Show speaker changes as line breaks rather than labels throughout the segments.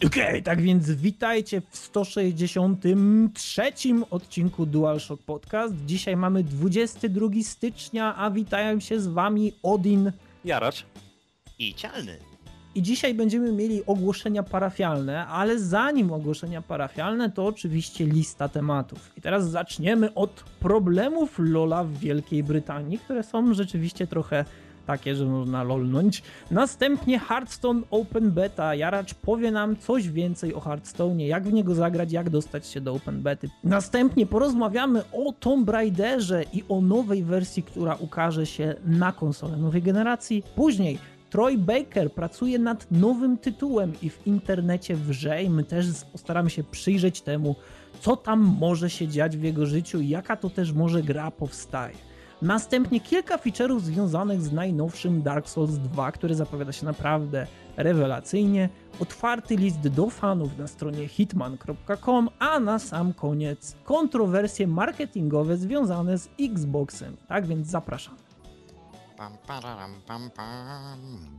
Okej, tak więc witajcie w 163 odcinku DualShock Podcast. Dzisiaj mamy 22 stycznia, a witają się z wami Odin,
Jaracz
i Cialny.
I dzisiaj będziemy mieli ogłoszenia parafialne, ale zanim ogłoszenia parafialne, to oczywiście lista tematów. I teraz zaczniemy od problemów LoL'a w Wielkiej Brytanii, które są rzeczywiście trochę takie, że można lolnąć. Następnie Hearthstone Open Beta. Jaracz powie nam coś więcej o Hearthstone'ie, jak w niego zagrać, jak dostać się do Open Bety. Następnie porozmawiamy o Tomb Raiderze i o nowej wersji, która ukaże się na konsolę nowej generacji. Później Troy Baker pracuje nad nowym tytułem i w internecie wrze i my też postaramy się przyjrzeć temu, co tam może się dziać w jego życiu i jaka to też może gra powstaje. Następnie kilka feature'ów związanych z najnowszym Dark Souls 2, który zapowiada się naprawdę rewelacyjnie, otwarty list do fanów na stronie hitman.com, a na sam koniec kontrowersje marketingowe związane z Xboxem. Tak więc zapraszam.
Pam, pararam, pam, pam.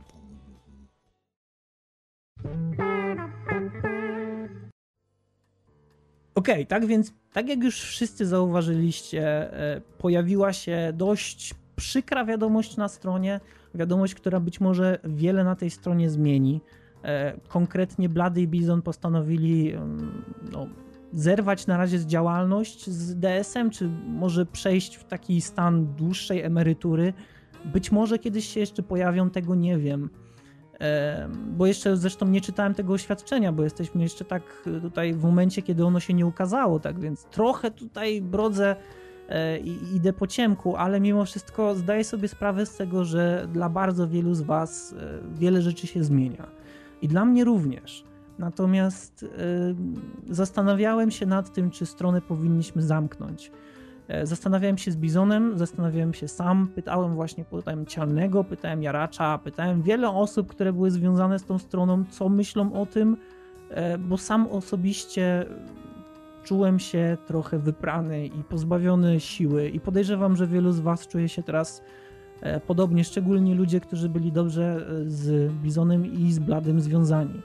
Okej, tak więc, tak jak już wszyscy zauważyliście, pojawiła się dość przykra wiadomość na stronie, wiadomość, która być może wiele na tej stronie zmieni. Konkretnie Blady i Bizon postanowili zerwać na razie z działalność z DS-em, czy może przejść w taki stan dłuższej emerytury. Być może kiedyś się jeszcze pojawią, tego nie wiem. Bo jeszcze zresztą nie czytałem tego oświadczenia, bo jesteśmy jeszcze tak tutaj w momencie, kiedy ono się nie ukazało, tak więc trochę tutaj brodzę i idę po ciemku, ale mimo wszystko zdaję sobie sprawę z tego, że dla bardzo wielu z was wiele rzeczy się zmienia. I dla mnie również. Natomiast zastanawiałem się nad tym, czy stronę powinniśmy zamknąć. Zastanawiałem się z Bizonem, zastanawiałem się sam, pytałem Cialnego, pytałem Jaracza, pytałem wiele osób, które były związane z tą stroną, co myślą o tym, bo sam osobiście czułem się trochę wyprany i pozbawiony siły i podejrzewam, że wielu z was czuje się teraz podobnie, szczególnie ludzie, którzy byli dobrze z Bizonem i z Bladym związani.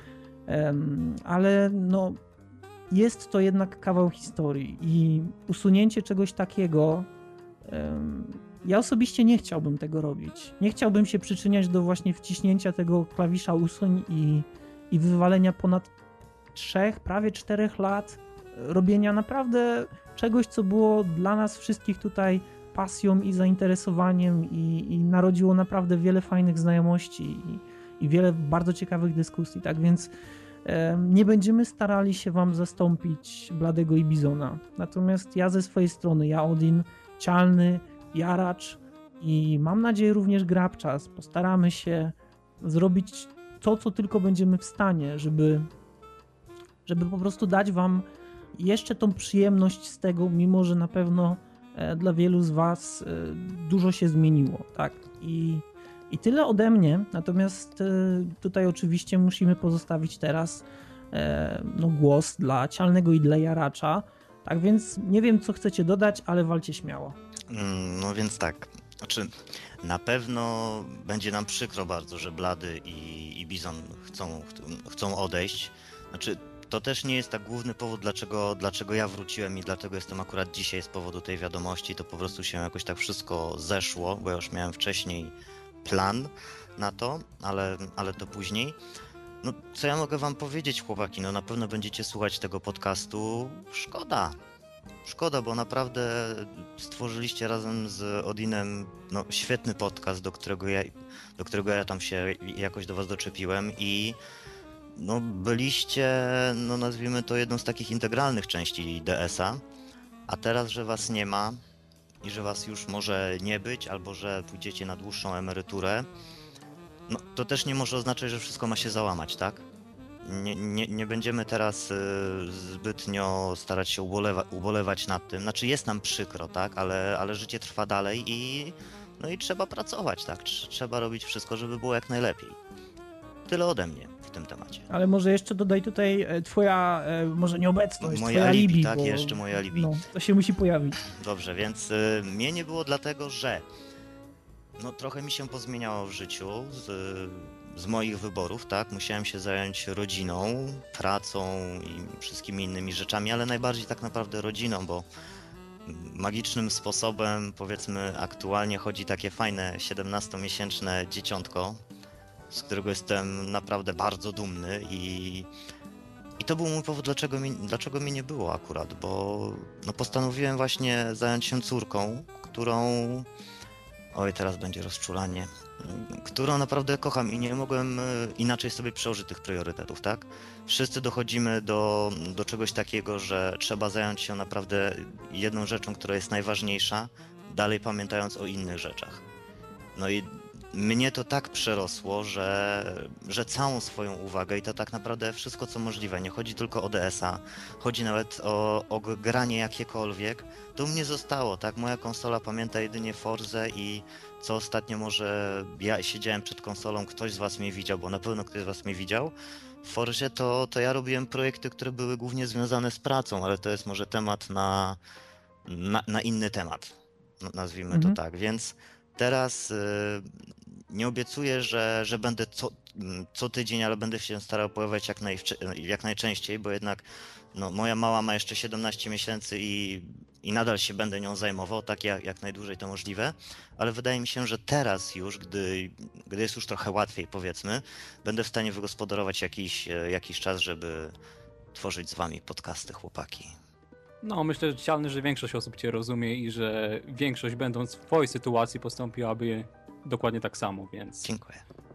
Ale no... Jest to jednak kawał historii i usunięcie czegoś takiego, ja osobiście nie chciałbym tego robić. Nie chciałbym się przyczyniać do właśnie wciśnięcia tego klawisza usuń i wywalenia ponad 3, prawie 4 lat robienia naprawdę czegoś, co było dla nas wszystkich tutaj pasją i zainteresowaniem i narodziło naprawdę wiele fajnych znajomości i wiele bardzo ciekawych dyskusji. Tak więc nie będziemy starali się wam zastąpić Bladego i Bizona. Natomiast ja ze swojej strony, ja Odin, Cialny, Jaracz i mam nadzieję również Grabczas postaramy się zrobić to, co tylko będziemy w stanie, żeby po prostu dać wam jeszcze tą przyjemność z tego, mimo że na pewno dla wielu z was dużo się zmieniło. Tak? I tyle ode mnie, natomiast tutaj oczywiście musimy pozostawić teraz głos dla Cialnego i dla Jaracza. Tak więc nie wiem, co chcecie dodać, ale walcie śmiało.
No więc tak, znaczy na pewno będzie nam przykro bardzo, że Blady i Bizon chcą odejść. Znaczy to też nie jest tak główny powód, dlaczego ja wróciłem i dlatego jestem akurat dzisiaj z powodu tej wiadomości. To po prostu się jakoś tak wszystko zeszło, bo ja już miałem wcześniej plan na to, ale to później. No, co ja mogę wam powiedzieć, chłopaki? No na pewno będziecie słuchać tego podcastu. Szkoda, bo naprawdę stworzyliście razem z Odinem świetny podcast, do którego ja tam się jakoś do was doczepiłem i byliście, nazwijmy to, jedną z takich integralnych części DS-a, a teraz, że was nie ma i że was już może nie być, albo że pójdziecie na dłuższą emeryturę, to też nie może oznaczać, że wszystko ma się załamać, tak? Nie będziemy teraz zbytnio starać się ubolewać nad tym. Znaczy jest nam przykro, tak? Ale życie trwa dalej i trzeba pracować, tak? Trzeba robić wszystko, żeby było jak najlepiej. Tyle ode mnie w tym temacie.
Ale może jeszcze dodaj tutaj twoja, może nieobecność,
moje
twoja alibi,
tak,
bo,
jeszcze moje alibi.
To się musi pojawić.
Dobrze, więc mnie nie było dlatego, że trochę mi się pozmieniało w życiu z moich wyborów, tak, musiałem się zająć rodziną, pracą i wszystkimi innymi rzeczami, ale najbardziej tak naprawdę rodziną, bo magicznym sposobem, powiedzmy, aktualnie chodzi takie fajne 17-miesięczne dzieciątko, z którego jestem naprawdę bardzo dumny i to był mój powód, dlaczego mnie nie było akurat, bo no, postanowiłem właśnie zająć się córką, którą... Oj, teraz będzie rozczulanie. Którą naprawdę kocham i nie mogłem inaczej sobie przełożyć tych priorytetów, tak? Wszyscy dochodzimy do czegoś takiego, że trzeba zająć się naprawdę jedną rzeczą, która jest najważniejsza, dalej pamiętając o innych rzeczach. No i mnie to tak przerosło, że całą swoją uwagę i to tak naprawdę wszystko co możliwe, nie chodzi tylko o DS-a, chodzi nawet o granie jakiekolwiek, to u mnie zostało, tak? Moja konsola pamięta jedynie Forzę i co ostatnio może ja siedziałem przed konsolą, ktoś z was mnie widział, bo na pewno ktoś z was mnie widział. W Forzie to ja robiłem projekty, które były głównie związane z pracą, ale to jest może temat na inny temat, nazwijmy to tak, więc teraz nie obiecuję, że będę co tydzień, ale będę się starał pojawiać jak najczęściej, bo jednak no, moja mała ma jeszcze 17 miesięcy i nadal się będę nią zajmował, tak jak najdłużej to możliwe, ale wydaje mi się, że teraz już, gdy jest już trochę łatwiej, powiedzmy, będę w stanie wygospodarować jakiś czas, żeby tworzyć z wami podcasty, chłopaki.
No, myślę, że większość osób cię rozumie i że większość, będąc w twojej sytuacji, postąpiłaby dokładnie tak samo, więc...
Dziękuję.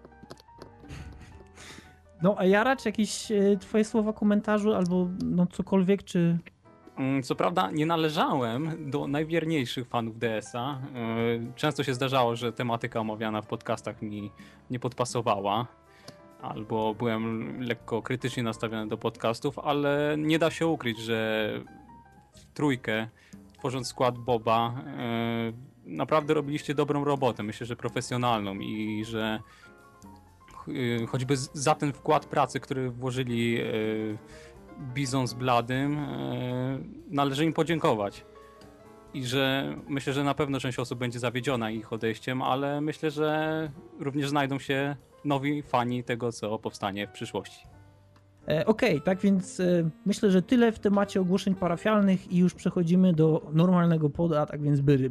No, a Jaracz, jakieś twoje słowa komentarzu albo no cokolwiek, czy...
Co prawda nie należałem do najwierniejszych fanów DS-a. Często się zdarzało, że tematyka omawiana w podcastach mi nie podpasowała, albo byłem lekko krytycznie nastawiony do podcastów, ale nie da się ukryć, że w trójkę, tworząc skład Boba, naprawdę robiliście dobrą robotę, myślę, że profesjonalną i że choćby za ten wkład pracy, który włożyli Bizon z Bladym, należy im podziękować. I że myślę, że na pewno część osób będzie zawiedziona ich odejściem, ale myślę, że również znajdą się nowi fani tego, co powstanie w przyszłości.
Okej, tak więc myślę, że tyle w temacie ogłoszeń parafialnych i już przechodzimy do normalnego poda, tak więc byry.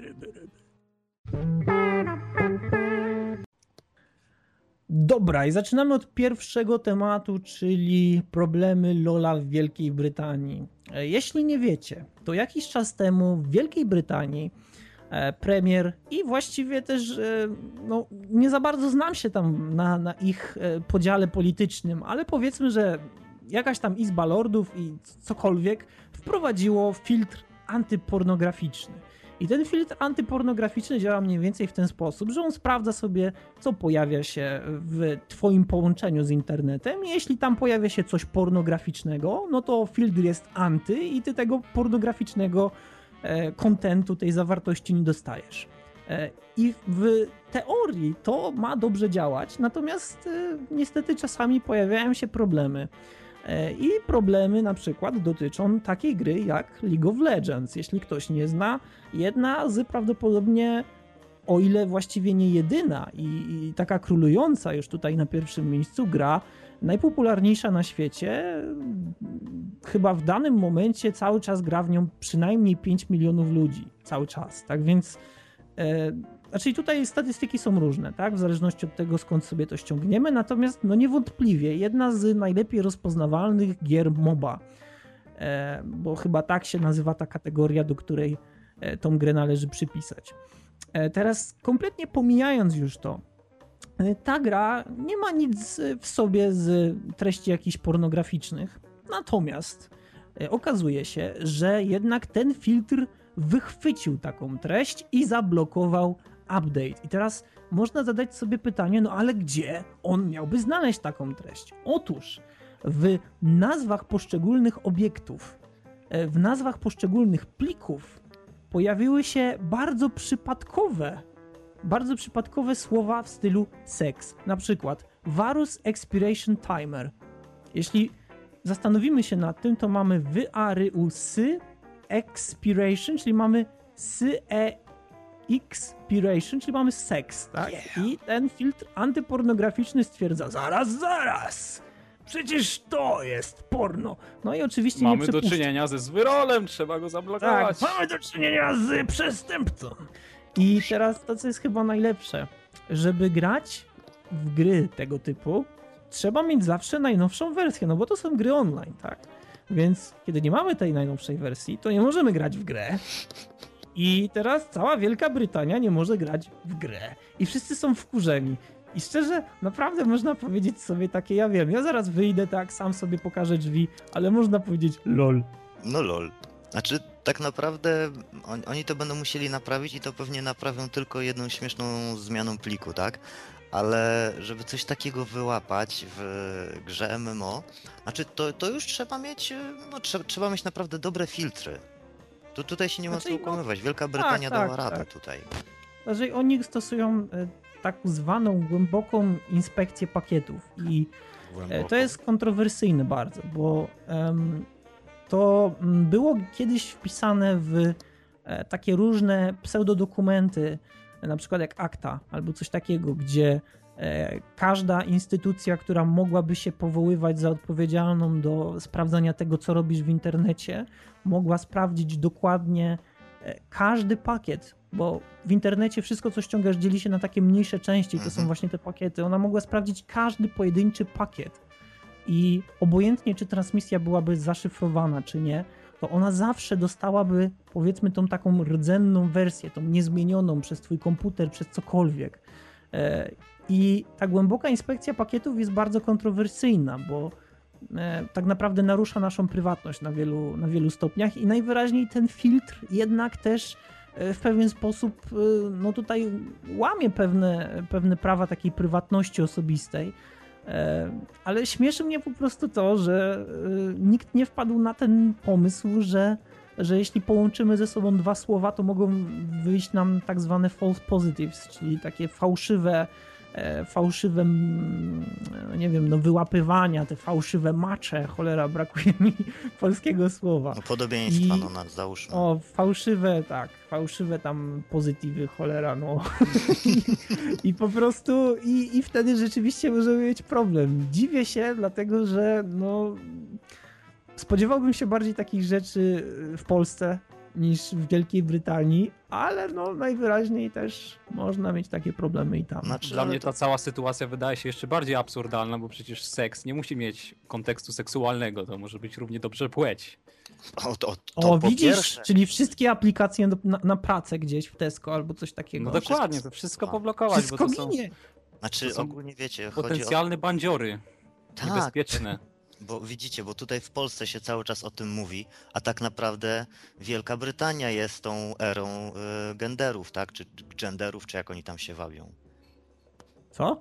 Dobra, i zaczynamy od pierwszego tematu, czyli problemy LoL'a w Wielkiej Brytanii. Jeśli nie wiecie, to jakiś czas temu w Wielkiej Brytanii premier i właściwie też no, nie za bardzo znam się tam na ich podziale politycznym, ale powiedzmy, że jakaś tam Izba Lordów i cokolwiek wprowadziło filtr antypornograficzny. I ten filtr antypornograficzny działa mniej więcej w ten sposób, że on sprawdza sobie, co pojawia się w twoim połączeniu z internetem i jeśli tam pojawia się coś pornograficznego, no to filtr jest anty i ty tego pornograficznego kontentu, tej zawartości nie dostajesz. I w teorii to ma dobrze działać, natomiast niestety czasami pojawiają się problemy. I problemy na przykład dotyczą takiej gry jak League of Legends. Jeśli ktoś nie zna, jedna z prawdopodobnie, o ile właściwie nie jedyna i taka królująca już tutaj na pierwszym miejscu gra, najpopularniejsza na świecie, chyba w danym momencie cały czas gra w nią przynajmniej 5 milionów ludzi. Cały czas, tak więc... Znaczy tutaj statystyki są różne, tak? W zależności od tego, skąd sobie to ściągniemy, natomiast no niewątpliwie jedna z najlepiej rozpoznawalnych gier MOBA, bo chyba tak się nazywa ta kategoria, do której tą grę należy przypisać. Teraz kompletnie pomijając już to, ta gra nie ma nic w sobie z treści jakichś pornograficznych, natomiast okazuje się, że jednak ten filtr wychwycił taką treść i zablokował update. I teraz można zadać sobie pytanie, no ale gdzie on miałby znaleźć taką treść? Otóż w nazwach poszczególnych obiektów, w nazwach poszczególnych plików pojawiły się bardzo przypadkowe słowa w stylu seks. Na przykład Varus Expiration Timer. Jeśli zastanowimy się nad tym, to mamy Varus Expiration, czyli mamy expiration, czyli mamy seks, tak? I ten filtr antypornograficzny stwierdza, zaraz, przecież to jest porno. No i oczywiście nie
Mamy do
przepuszcza.
czynienia ze zwyrolem, trzeba go zablokować.
Tak, mamy do czynienia z przestępcą. I teraz to, co jest chyba najlepsze, żeby grać w gry tego typu, trzeba mieć zawsze najnowszą wersję, no bo to są gry online, tak? Więc kiedy nie mamy tej najnowszej wersji, to nie możemy grać w grę. I teraz cała Wielka Brytania nie może grać w grę. I wszyscy są wkurzeni. I szczerze, naprawdę można powiedzieć sobie takie, ja wiem, ja zaraz wyjdę, tak, sam sobie pokażę drzwi, ale można powiedzieć lol.
No lol. Znaczy, tak naprawdę oni to będą musieli naprawić i to pewnie naprawią tylko jedną śmieszną zmianą pliku, tak? Ale żeby coś takiego wyłapać w grze MMO, znaczy to już trzeba mieć, no trzeba mieć naprawdę dobre filtry. Tutaj się nie ma
Znaczy,
co ukłamywać. Wielka Brytania
tak,
dała radę
tak.
tutaj.
Że oni stosują tak zwaną głęboką inspekcję pakietów i to jest kontrowersyjne bardzo, bo to było kiedyś wpisane w takie różne pseudodokumenty, na przykład jak ACTA albo coś takiego, gdzie każda instytucja, która mogłaby się powoływać za odpowiedzialną do sprawdzania tego, co robisz w internecie, mogła sprawdzić dokładnie każdy pakiet, bo w internecie wszystko, co ściągasz, dzieli się na takie mniejsze części, to są właśnie te pakiety. Ona mogła sprawdzić każdy pojedynczy pakiet i obojętnie, czy transmisja byłaby zaszyfrowana, czy nie, to ona zawsze dostałaby, powiedzmy, tą taką rdzenną wersję, tą niezmienioną przez twój komputer, przez cokolwiek. I ta głęboka inspekcja pakietów jest bardzo kontrowersyjna, bo tak naprawdę narusza naszą prywatność na wielu stopniach i najwyraźniej ten filtr jednak też w pewien sposób no tutaj łamie pewne prawa takiej prywatności osobistej. Ale śmieszy mnie po prostu to, że nikt nie wpadł na ten pomysł, że jeśli połączymy ze sobą dwa słowa, to mogą wyjść nam tak zwane false positives, czyli takie fałszywe, nie wiem, no wyłapywania, te fałszywe macze, cholera, brakuje mi polskiego słowa.
No podobieństwa, załóżmy.
O, fałszywe tam pozytywy, cholera, no. I po prostu, i wtedy rzeczywiście możemy mieć problem. Dziwię się, dlatego że, no, spodziewałbym się bardziej takich rzeczy w Polsce niż w Wielkiej Brytanii, ale no najwyraźniej też można mieć takie problemy i tam.
Znaczy,
Dla mnie ta cała sytuacja wydaje się jeszcze bardziej absurdalna, bo przecież seks nie musi mieć kontekstu seksualnego, to może być równie dobrze płeć.
O, widzisz, czyli wszystkie aplikacje na pracę gdzieś w Tesco albo coś takiego.
No dokładnie, to wszystko poblokować,
Wszystko
bo to są,
ginie.
Znaczy
to są
ogólnie wiecie,
potencjalne bandziory,
Tak.
niebezpieczne.
Bo widzicie, bo tutaj w Polsce się cały czas o tym mówi, a tak naprawdę Wielka Brytania jest tą erą genderów, tak? Czy genderów, czy jak oni tam się wabią.
Co?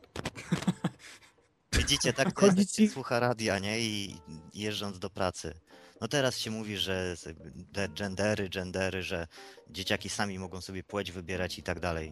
Widzicie, tak to jest, jak się słucha radia, nie? I jeżdżąc do pracy. No teraz się mówi, że gendery, że dzieciaki sami mogą sobie płeć wybierać i tak dalej.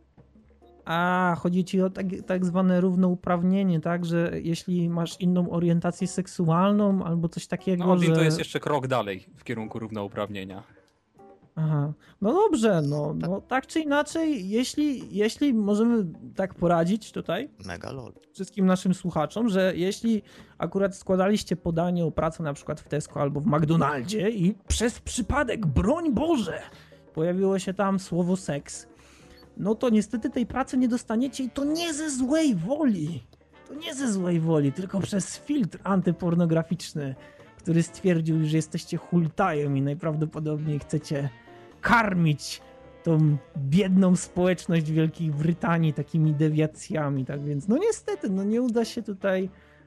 A, chodzi ci o tak zwane równouprawnienie, tak? Że jeśli masz inną orientację seksualną albo coś takiego,
No,
że...
to jest jeszcze krok dalej w kierunku równouprawnienia.
Aha, no dobrze, no tak czy inaczej, jeśli możemy tak poradzić tutaj
Mega lol.
wszystkim naszym słuchaczom, że jeśli akurat składaliście podanie o pracę na przykład w Tesco albo w McDonaldzie i przez przypadek, broń Boże, pojawiło się tam słowo seks, no to niestety tej pracy nie dostaniecie i to nie ze złej woli. To nie ze złej woli, tylko przez filtr antypornograficzny, który stwierdził, że jesteście hultajem i najprawdopodobniej chcecie karmić tą biedną społeczność Wielkiej Brytanii takimi dewiacjami, tak więc no niestety, no nie uda się tutaj...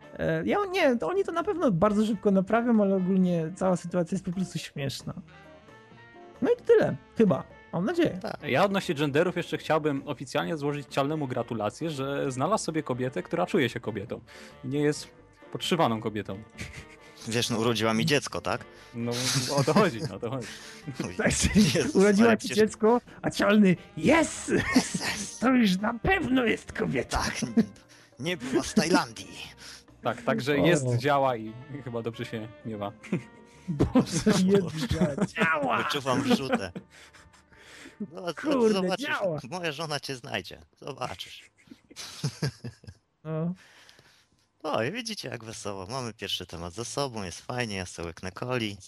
Oni to na pewno bardzo szybko naprawią, ale ogólnie cała sytuacja jest po prostu śmieszna. No i to tyle, chyba. Mam nadzieję.
Ja odnośnie genderów jeszcze chciałbym oficjalnie złożyć Cialnemu gratulacje, że znalazł sobie kobietę, która czuje się kobietą. Nie jest podszywaną kobietą.
Wiesz, no urodziła mi dziecko, tak?
No o to chodzi, o to chodzi.
Tak, urodziła ci dziecko, a Cialny yes! To już na pewno jest kobieta.
Tak, nie była z Tajlandii.
Tak, także jest, działa i chyba dobrze się miewa.
Boże, jest, działa.
Wyczuwam wrzutę. No,
Kurde,
zobaczysz,
działa.
moja żona cię znajdzie. Zobaczysz.
No.
O, i widzicie jak wesoło. Mamy pierwszy temat za sobą, jest fajnie, ja sobie łyknę coli.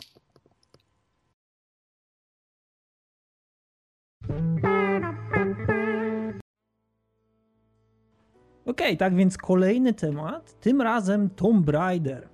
Okej, tak więc kolejny temat, tym razem Tomb Raider.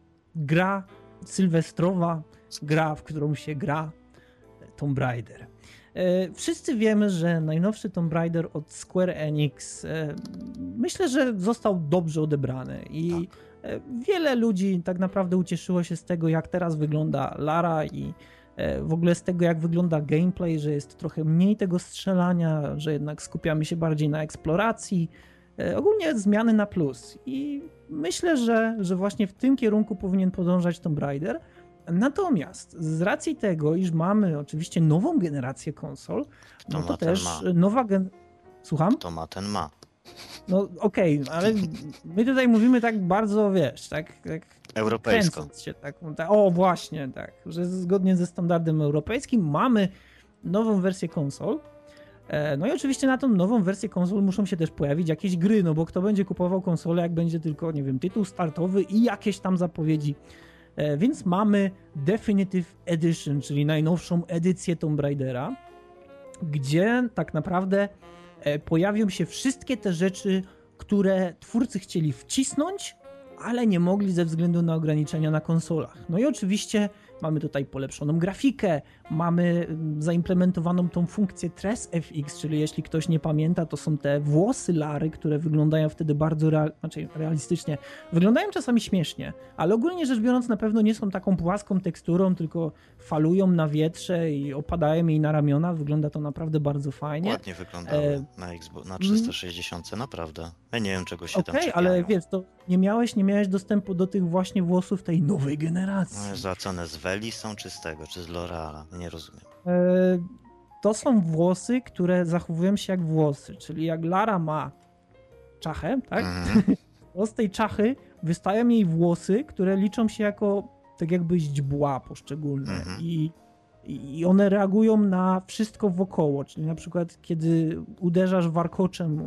Gra sylwestrowa, gra, w którą się gra, Tomb Raider. Wszyscy wiemy, że najnowszy Tomb Raider od Square Enix myślę, że został dobrze odebrany i wiele ludzi tak naprawdę ucieszyło się z tego, jak teraz wygląda Lara i w ogóle z tego, jak wygląda gameplay, że jest trochę mniej tego strzelania, że jednak skupiamy się bardziej na eksploracji. Ogólnie zmiany na plus i myślę, że właśnie w tym kierunku powinien podążać Tomb Raider. Natomiast z racji tego, iż mamy oczywiście nową generację konsol,
Kto
no to
ma, ten
też
ma.
nowa Słucham?
To ma, ten ma.
No okej, ale my tutaj mówimy tak bardzo, wiesz, tak
Europejsko.
kręcąc się, o właśnie, tak, że zgodnie ze standardem europejskim mamy nową wersję konsol. No i oczywiście na tą nową wersję konsol muszą się też pojawić jakieś gry, no bo kto będzie kupował konsolę, jak będzie tylko, nie wiem, tytuł startowy i jakieś tam zapowiedzi. Więc mamy Definitive Edition, czyli najnowszą edycję Tomb Raidera, gdzie tak naprawdę pojawią się wszystkie te rzeczy, które twórcy chcieli wcisnąć, ale nie mogli ze względu na ograniczenia na konsolach. No i oczywiście mamy tutaj polepszoną grafikę, mamy zaimplementowaną tą funkcję Trace FX, czyli jeśli ktoś nie pamięta, to są te włosy Lary, które wyglądają wtedy bardzo realistycznie. Wyglądają czasami śmiesznie, ale ogólnie rzecz biorąc na pewno nie są taką płaską teksturą, tylko falują na wietrze i opadają jej na ramiona. Wygląda to naprawdę bardzo fajnie.
Ładnie wyglądały na 360, naprawdę. Ja nie wiem, czego się tam
Okej,
czepiają.
ale wiesz, to nie miałeś dostępu do tych właśnie włosów tej nowej generacji.
No Jezu, a co one z Weli są, czy z tego, czy z L'Oreala? Nie rozumiem.
To są włosy, które zachowują się jak włosy, czyli jak Lara ma czachę, tak? To z tej czachy wystają jej włosy, które liczą się jako tak jakby źdźbła poszczególne i one reagują na wszystko wokoło, czyli na przykład kiedy uderzasz warkoczem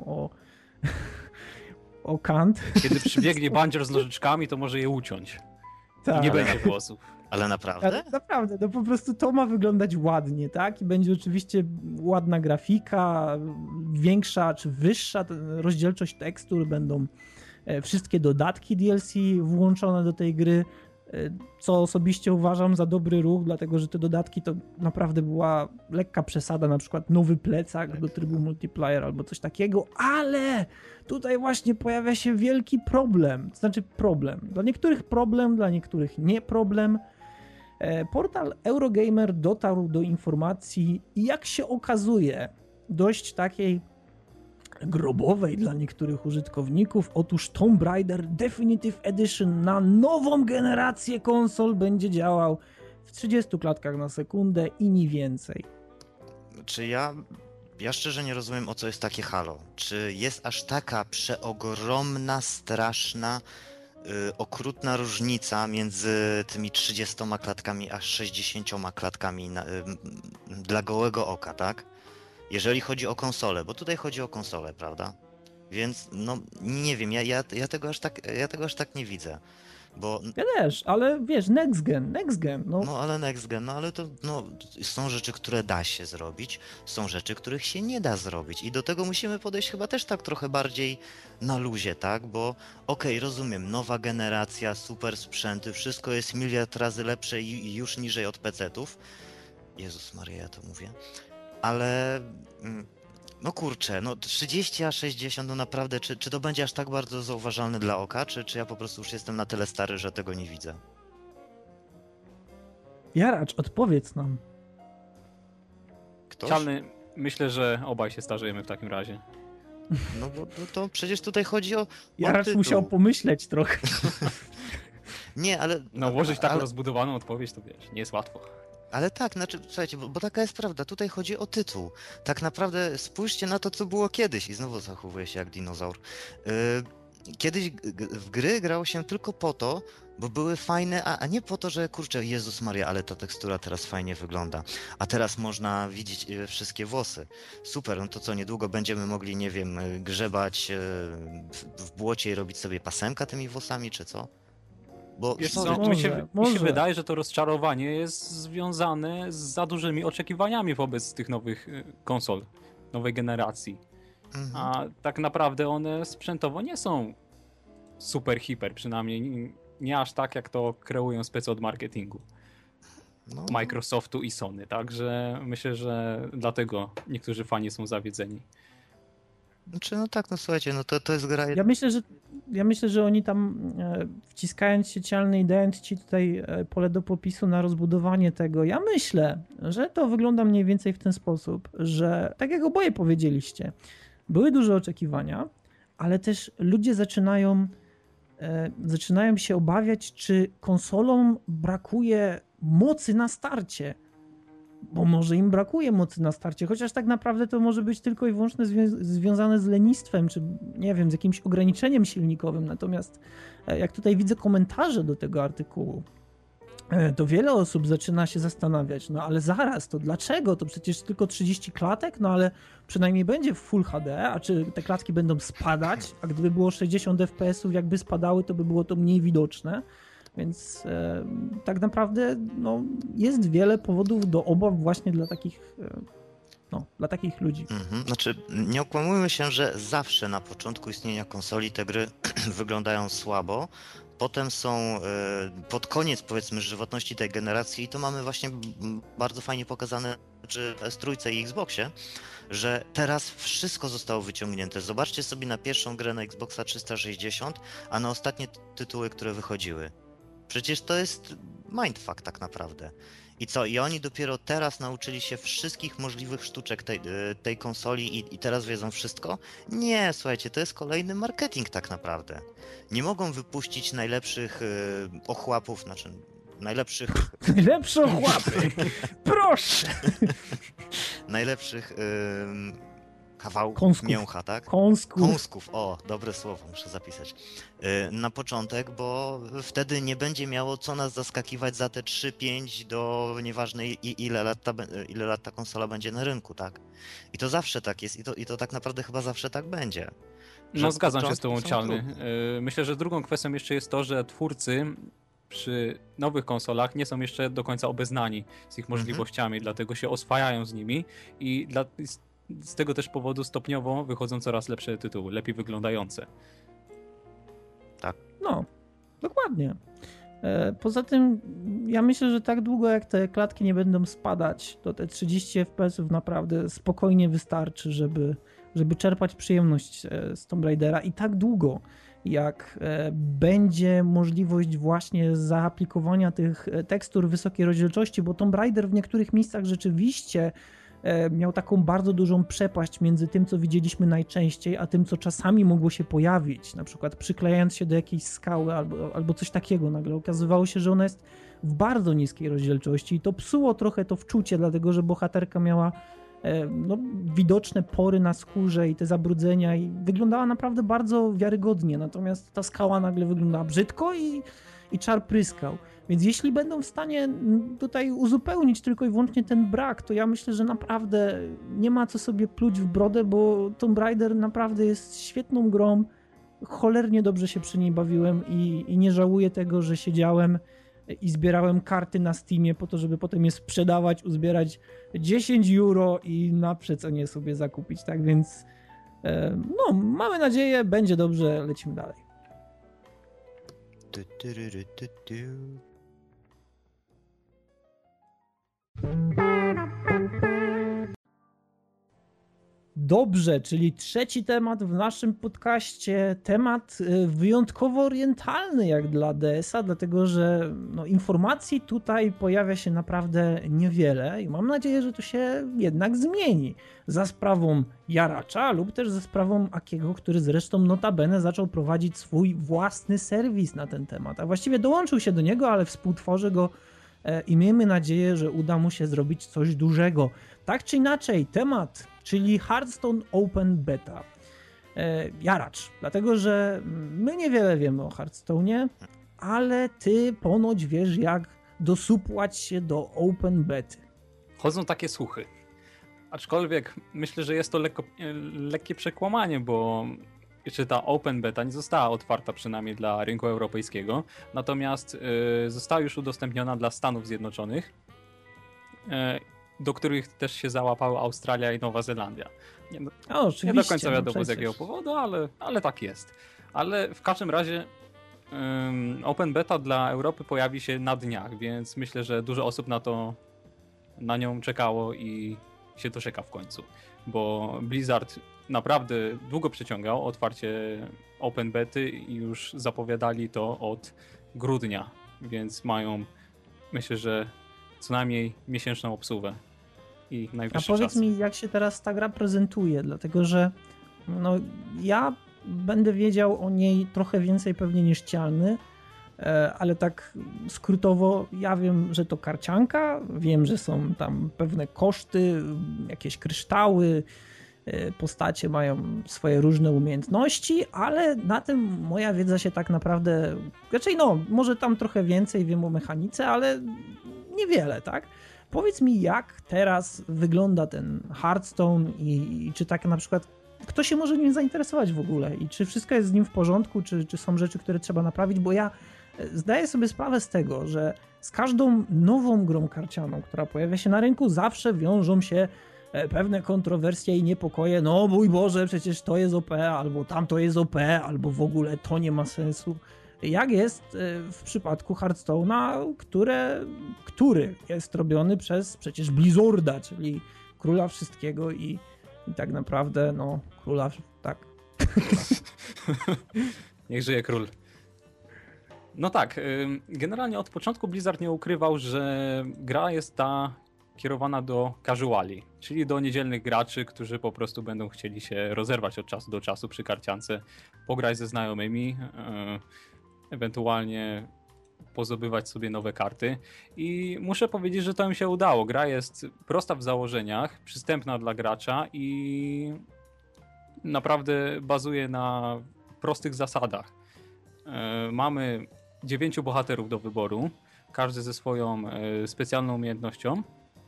o kant.
Kiedy przybiegnie bandzior z nożyczkami, to może je uciąć.
Tak.
I nie będzie włosów.
Ale naprawdę?
Ale naprawdę, no po prostu to ma wyglądać ładnie, tak? I będzie oczywiście ładna grafika, większa czy wyższa rozdzielczość tekstur, będą wszystkie dodatki DLC włączone do tej gry, co osobiście uważam za dobry ruch, dlatego że te dodatki to naprawdę była lekka przesada, na przykład nowy plecak do trybu multiplayer albo coś takiego, ale tutaj właśnie pojawia się wielki problem, to znaczy problem. Dla niektórych problem, dla niektórych nie problem. Portal Eurogamer dotarł do informacji i jak się okazuje, dość takiej grobowej dla niektórych użytkowników. Otóż Tomb Raider Definitive Edition na nową generację konsol będzie działał w 30 klatkach na sekundę i nie więcej.
Czy ja szczerze nie rozumiem, o co jest takie halo. Czy jest aż taka przeogromna, straszna, okrutna różnica między tymi 30 klatkami a 60 klatkami dla gołego oka, tak? Jeżeli chodzi o konsolę, bo tutaj chodzi o konsolę, prawda? Więc no nie wiem, ja tego aż tak nie widzę. Bo...
Ja też, ale wiesz, next gen, no.
No ale next gen, no ale to są rzeczy, które da się zrobić, są rzeczy, których się nie da zrobić i do tego musimy podejść chyba też tak trochę bardziej na luzie, tak? Bo okej, rozumiem, nowa generacja, super sprzęty, wszystko jest miliard razy lepsze i już niżej od PC-ów. Jezus Maria, ja to mówię. Ale no kurczę, no 30 a 60, no naprawdę, czy to będzie aż tak bardzo zauważalne dla oka, czy ja po prostu już jestem na tyle stary, że tego nie widzę?
Jaracz, odpowiedz nam.
Ktoś?
Cialny, myślę, że obaj się starzejemy w takim razie.
No bo to przecież tutaj chodzi o
Jaracz
tytuł.
musiał pomyśleć trochę.
Nie, ale...
No włożyć taką rozbudowaną odpowiedź, to wiesz, nie jest łatwo.
Ale tak, znaczy, słuchajcie, bo taka jest prawda, tutaj chodzi o tytuł. Tak naprawdę spójrzcie na to, co było kiedyś i znowu zachowuję się jak dinozaur. Kiedyś w gry grało się tylko po to, Bo były fajne, a nie po to, że kurczę, Jezus Maria, ale ta tekstura teraz fajnie wygląda. A teraz można widzieć wszystkie włosy. Super, no to co, niedługo będziemy mogli, nie wiem, grzebać w błocie i robić sobie pasemka tymi włosami, czy co? Bo
Wiesz
sorry,
co, mi się
Może.
wydaje, że to rozczarowanie jest związane z za dużymi oczekiwaniami wobec tych nowych konsol, nowej generacji. A tak naprawdę one sprzętowo nie są super, hiper, przynajmniej nie aż tak, jak to kreują specy od marketingu
no,
Microsoftu i Sony, także myślę, że dlatego niektórzy fani są zawiedzeni.
znaczy, no tak, no słuchajcie, no to jest gra...
Ja myślę, że oni tam wciskając siecialny i dając ci tutaj pole do popisu na rozbudowanie tego, ja myślę, że to wygląda mniej więcej w ten sposób, że tak jak oboje powiedzieliście, były duże oczekiwania, ale też ludzie zaczynają się obawiać, czy konsolom brakuje mocy na starcie. Bo może im brakuje mocy na starcie, chociaż tak naprawdę to może być tylko i wyłącznie związane z lenistwem, czy nie wiem, z jakimś ograniczeniem silnikowym. Natomiast jak tutaj widzę komentarze do tego artykułu, to wiele osób zaczyna się zastanawiać, no ale zaraz, to dlaczego? To przecież tylko 30 klatek, no ale przynajmniej będzie w Full HD, a czy te klatki będą spadać? A gdyby było 60 FPS-ów, jakby spadały, to by było to mniej widoczne. Więc tak naprawdę no, jest wiele powodów do obaw właśnie dla takich ludzi.
Znaczy, nie okłamujmy się, że zawsze na początku istnienia konsoli te gry wyglądają słabo. Potem są pod koniec, powiedzmy, żywotności tej generacji i to mamy właśnie bardzo fajnie pokazane przy PS3 i Xboxie, że teraz wszystko zostało wyciągnięte. Zobaczcie sobie na pierwszą grę na Xboxa 360, a na ostatnie tytuły, które wychodziły. Przecież to jest mindfuck tak naprawdę. I co? I oni dopiero teraz nauczyli się wszystkich możliwych sztuczek tej konsoli i teraz wiedzą wszystko? Nie, słuchajcie, to jest kolejny marketing tak naprawdę. Nie mogą wypuścić najlepszych ochłapów, znaczy najlepszych...
Najlepsze ochłapy! Proszę!
najlepszych kawałków
Kąsków.
mięcha, tak?
Kąsków.
O, dobre słowo, muszę zapisać. Na początek, bo wtedy nie będzie miało co nas zaskakiwać za te 3-5 do nieważne ile lat ta konsola będzie na rynku, tak? I to zawsze tak jest i to tak naprawdę chyba zawsze tak będzie.
No zgadzam się z tobą,
są
Cialny.
trudne.
Myślę, że drugą kwestią jeszcze jest to, że twórcy przy nowych konsolach nie są jeszcze do końca obeznani z ich możliwościami, dlatego się oswajają z nimi i z tego też powodu stopniowo wychodzą coraz lepsze tytuły, lepiej wyglądające.
No, dokładnie. Poza tym ja myślę, że tak długo jak te klatki nie będą spadać, to te 30 FPS-ów naprawdę spokojnie wystarczy, żeby czerpać przyjemność z Tomb Raidera i tak długo jak będzie możliwość właśnie zaaplikowania tych tekstur wysokiej rozdzielczości, bo Tomb Raider w niektórych miejscach rzeczywiście miał taką bardzo dużą przepaść między tym, co widzieliśmy najczęściej, a tym, co czasami mogło się pojawić, na przykład przyklejając się do jakiejś skały albo coś takiego. Nagle okazywało się, że ona jest w bardzo niskiej rozdzielczości i to psuło trochę to wczucie, dlatego że bohaterka miała widoczne pory na skórze i te zabrudzenia i wyglądała naprawdę bardzo wiarygodnie, natomiast ta skała nagle wyglądała brzydko i czar pryskał. Więc jeśli będą w stanie tutaj uzupełnić tylko i wyłącznie ten brak, to ja myślę, że naprawdę nie ma co sobie pluć w brodę, bo Tomb Raider naprawdę jest świetną grą. Cholernie dobrze się przy niej bawiłem i nie żałuję tego, że siedziałem i zbierałem karty na Steamie po to, żeby potem je sprzedawać, uzbierać 10 euro i na przecenie sobie zakupić. Tak więc mamy nadzieję, będzie dobrze, lecimy dalej. Dobrze, czyli trzeci temat w naszym podcaście, temat wyjątkowo orientalny jak dla DS-a, dlatego że informacji tutaj pojawia się naprawdę niewiele i mam nadzieję, że to się jednak zmieni za sprawą Jaracza lub też za sprawą Akiego, który zresztą notabene zaczął prowadzić swój własny serwis na ten temat, a właściwie dołączył się do niego, ale współtworzy go i miejmy nadzieję, że uda mu się zrobić coś dużego. Tak czy inaczej, temat, czyli Hearthstone Open Beta. Jaracz, dlatego że my niewiele wiemy o Hearthstone'ie, ale ty ponoć wiesz, jak dosupłać się do open bety.
Chodzą takie słuchy. Aczkolwiek myślę, że jest to lekkie przekłamanie, bo jeszcze ta open beta nie została otwarta przynajmniej dla rynku europejskiego, natomiast została już udostępniona dla Stanów Zjednoczonych, do których też się załapały Australia i Nowa Zelandia. Nie do końca wiadomo z jakiego powodu, ale tak jest. Ale w każdym razie open beta dla Europy pojawi się na dniach, więc myślę, że dużo osób na nią czekało i się doczeka w końcu, bo Blizzard naprawdę długo przeciągał otwarcie open bety i już zapowiadali to od grudnia, więc mają, myślę, że co najmniej miesięczną obsługę i najwyższy czas.
A powiedz mi, jak się teraz ta gra prezentuje, dlatego że no, ja będę wiedział o niej trochę więcej pewnie niż Cialny, ale tak skrótowo ja wiem, że to karcianka, wiem, że są tam pewne koszty, jakieś kryształy, postacie mają swoje różne umiejętności, ale na tym moja wiedza się tak naprawdę, raczej no, może tam trochę więcej wiem o mechanice, ale niewiele, tak? Powiedz mi, jak teraz wygląda ten Hearthstone i czy tak na przykład kto się może nim zainteresować w ogóle i czy wszystko jest z nim w porządku, czy są rzeczy, które trzeba naprawić, bo ja zdaję sobie sprawę z tego, że z każdą nową grą karcianą, która pojawia się na rynku, zawsze wiążą się pewne kontrowersje i niepokoje. No mój Boże, przecież to jest OP, albo tamto jest OP, albo w ogóle to nie ma sensu. Jak jest w przypadku Hearthstone'a, który jest robiony przez przecież Blizzarda, czyli króla wszystkiego i tak naprawdę, no, króla, tak.
Niech żyje król. No tak, generalnie od początku Blizzard nie ukrywał, że gra jest kierowana do casuali, czyli do niedzielnych graczy, którzy po prostu będą chcieli się rozerwać od czasu do czasu przy karciance, pograć ze znajomymi, ewentualnie pozdobywać sobie nowe karty. I muszę powiedzieć, że to im się udało. Gra jest prosta w założeniach, przystępna dla gracza i naprawdę bazuje na prostych zasadach. Mamy 9 bohaterów do wyboru, każdy ze swoją specjalną umiejętnością,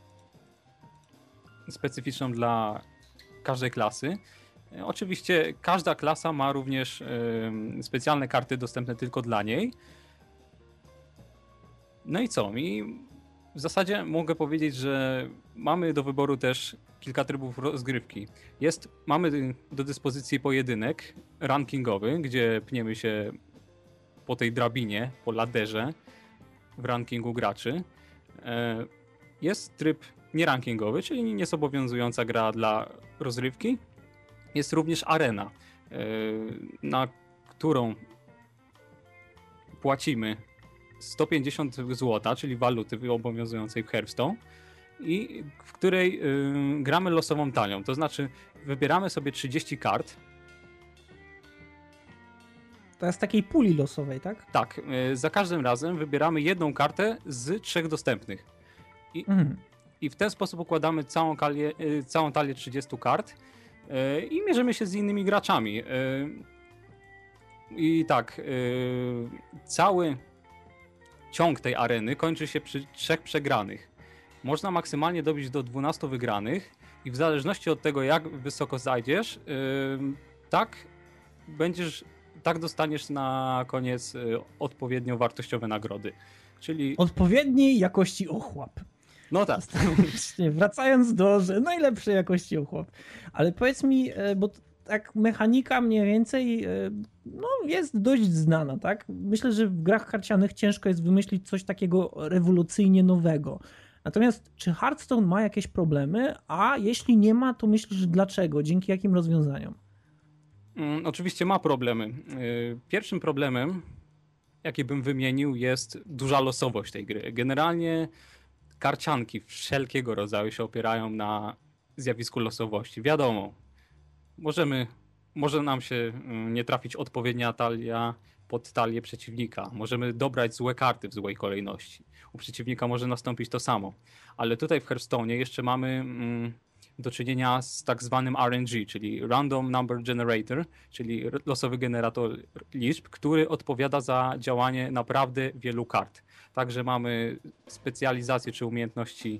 specyficzną dla każdej klasy. Oczywiście każda klasa ma również specjalne karty dostępne tylko dla niej. No i co? I w zasadzie mogę powiedzieć, że mamy do wyboru też kilka trybów rozgrywki. Mamy do dyspozycji pojedynek rankingowy, gdzie pniemy się po tej drabinie, po laderze w rankingu graczy. Jest tryb nierankingowy, czyli nie jest obowiązująca gra dla rozrywki. Jest również arena, na którą płacimy 150 zł, czyli waluty obowiązującej w Hearthstone i w której gramy losową talią. To znaczy wybieramy sobie 30 kart.
To jest takiej puli losowej, tak?
Tak, za każdym razem wybieramy jedną kartę z 3 dostępnych. I w ten sposób układamy całą talię 30 kart i mierzymy się z innymi graczami. I tak, cały ciąg tej areny kończy się przy 3 przegranych. Można maksymalnie dobić do 12 wygranych i w zależności od tego, jak wysoko zajdziesz, tak dostaniesz na koniec odpowiednio wartościowe nagrody. Czyli
odpowiedniej jakości ochłap.
No tak.
Wracając do najlepszej jakości ochłap. Ale powiedz mi, bo tak mechanika mniej więcej no, jest dość znana, tak? Myślę, że w grach karcianych ciężko jest wymyślić coś takiego rewolucyjnie nowego. Natomiast czy Hearthstone ma jakieś problemy? A jeśli nie ma, to myślisz dlaczego? Dzięki jakim rozwiązaniom?
Oczywiście ma problemy. Pierwszym problemem, jaki bym wymienił, jest duża losowość tej gry. Generalnie karcianki wszelkiego rodzaju się opierają na zjawisku losowości. Wiadomo, może nam się nie trafić odpowiednia talia pod talię przeciwnika. Możemy dobrać złe karty w złej kolejności. U przeciwnika może nastąpić to samo. Ale tutaj w Hearthstone'ie jeszcze mamy do czynienia z tak zwanym RNG, czyli Random Number Generator, czyli losowy generator liczb, który odpowiada za działanie naprawdę wielu kart. Także mamy specjalizację czy umiejętności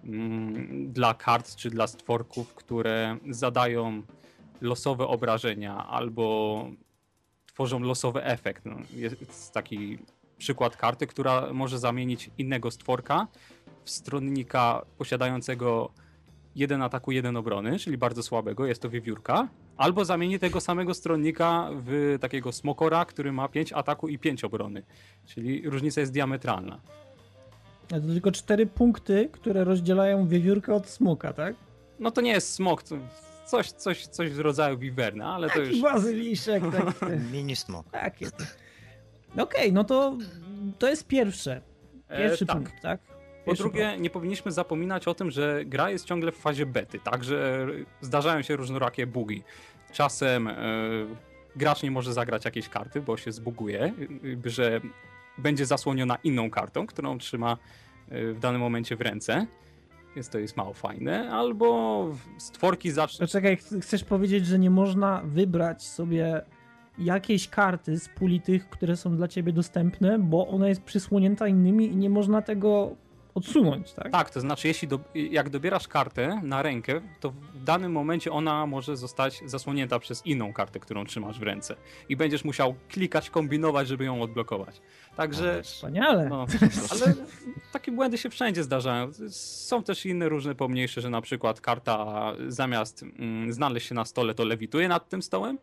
dla kart czy dla stworków, które zadają losowe obrażenia albo tworzą losowy efekt. No, jest taki przykład karty, która może zamienić innego stworka w stronnika posiadającego 1 ataku, 1 obrony, czyli bardzo słabego, jest to wiewiórka, albo zamieni tego samego stronnika w takiego smokora, który ma 5 ataku i 5 obrony, czyli różnica jest diametralna.
A to tylko 4 punkty, które rozdzielają wiewiórkę od smoka, tak?
No to nie jest smok, to coś w rodzaju wiwerna, ale to już...
bazyliszek, taki.
Mini smok.
Tak jest. Okej, no to jest pierwszy
tak.
punkt, tak?
Po drugie, nie powinniśmy zapominać o tym, że gra jest ciągle w fazie bety, także zdarzają się różnorakie bugi. Czasem gracz nie może zagrać jakiejś karty, bo się zbuguje, że będzie zasłoniona inną kartą, którą trzyma w danym momencie w ręce. To jest mało fajne, albo stworki zaczną...
Czekaj, chcesz powiedzieć, że nie można wybrać sobie jakiejś karty z puli tych, które są dla ciebie dostępne, bo ona jest przysłonięta innymi i nie można tego odsunąć, tak?
Tak, to znaczy jak dobierasz kartę na rękę, to w danym momencie ona może zostać zasłonięta przez inną kartę, którą trzymasz w ręce. I będziesz musiał klikać, kombinować, żeby ją odblokować. Także...
Wspaniale.
No, ale takie błędy się wszędzie zdarzają. Są też inne różne pomniejsze, że na przykład karta zamiast znaleźć się na stole, to lewituje nad tym stołem.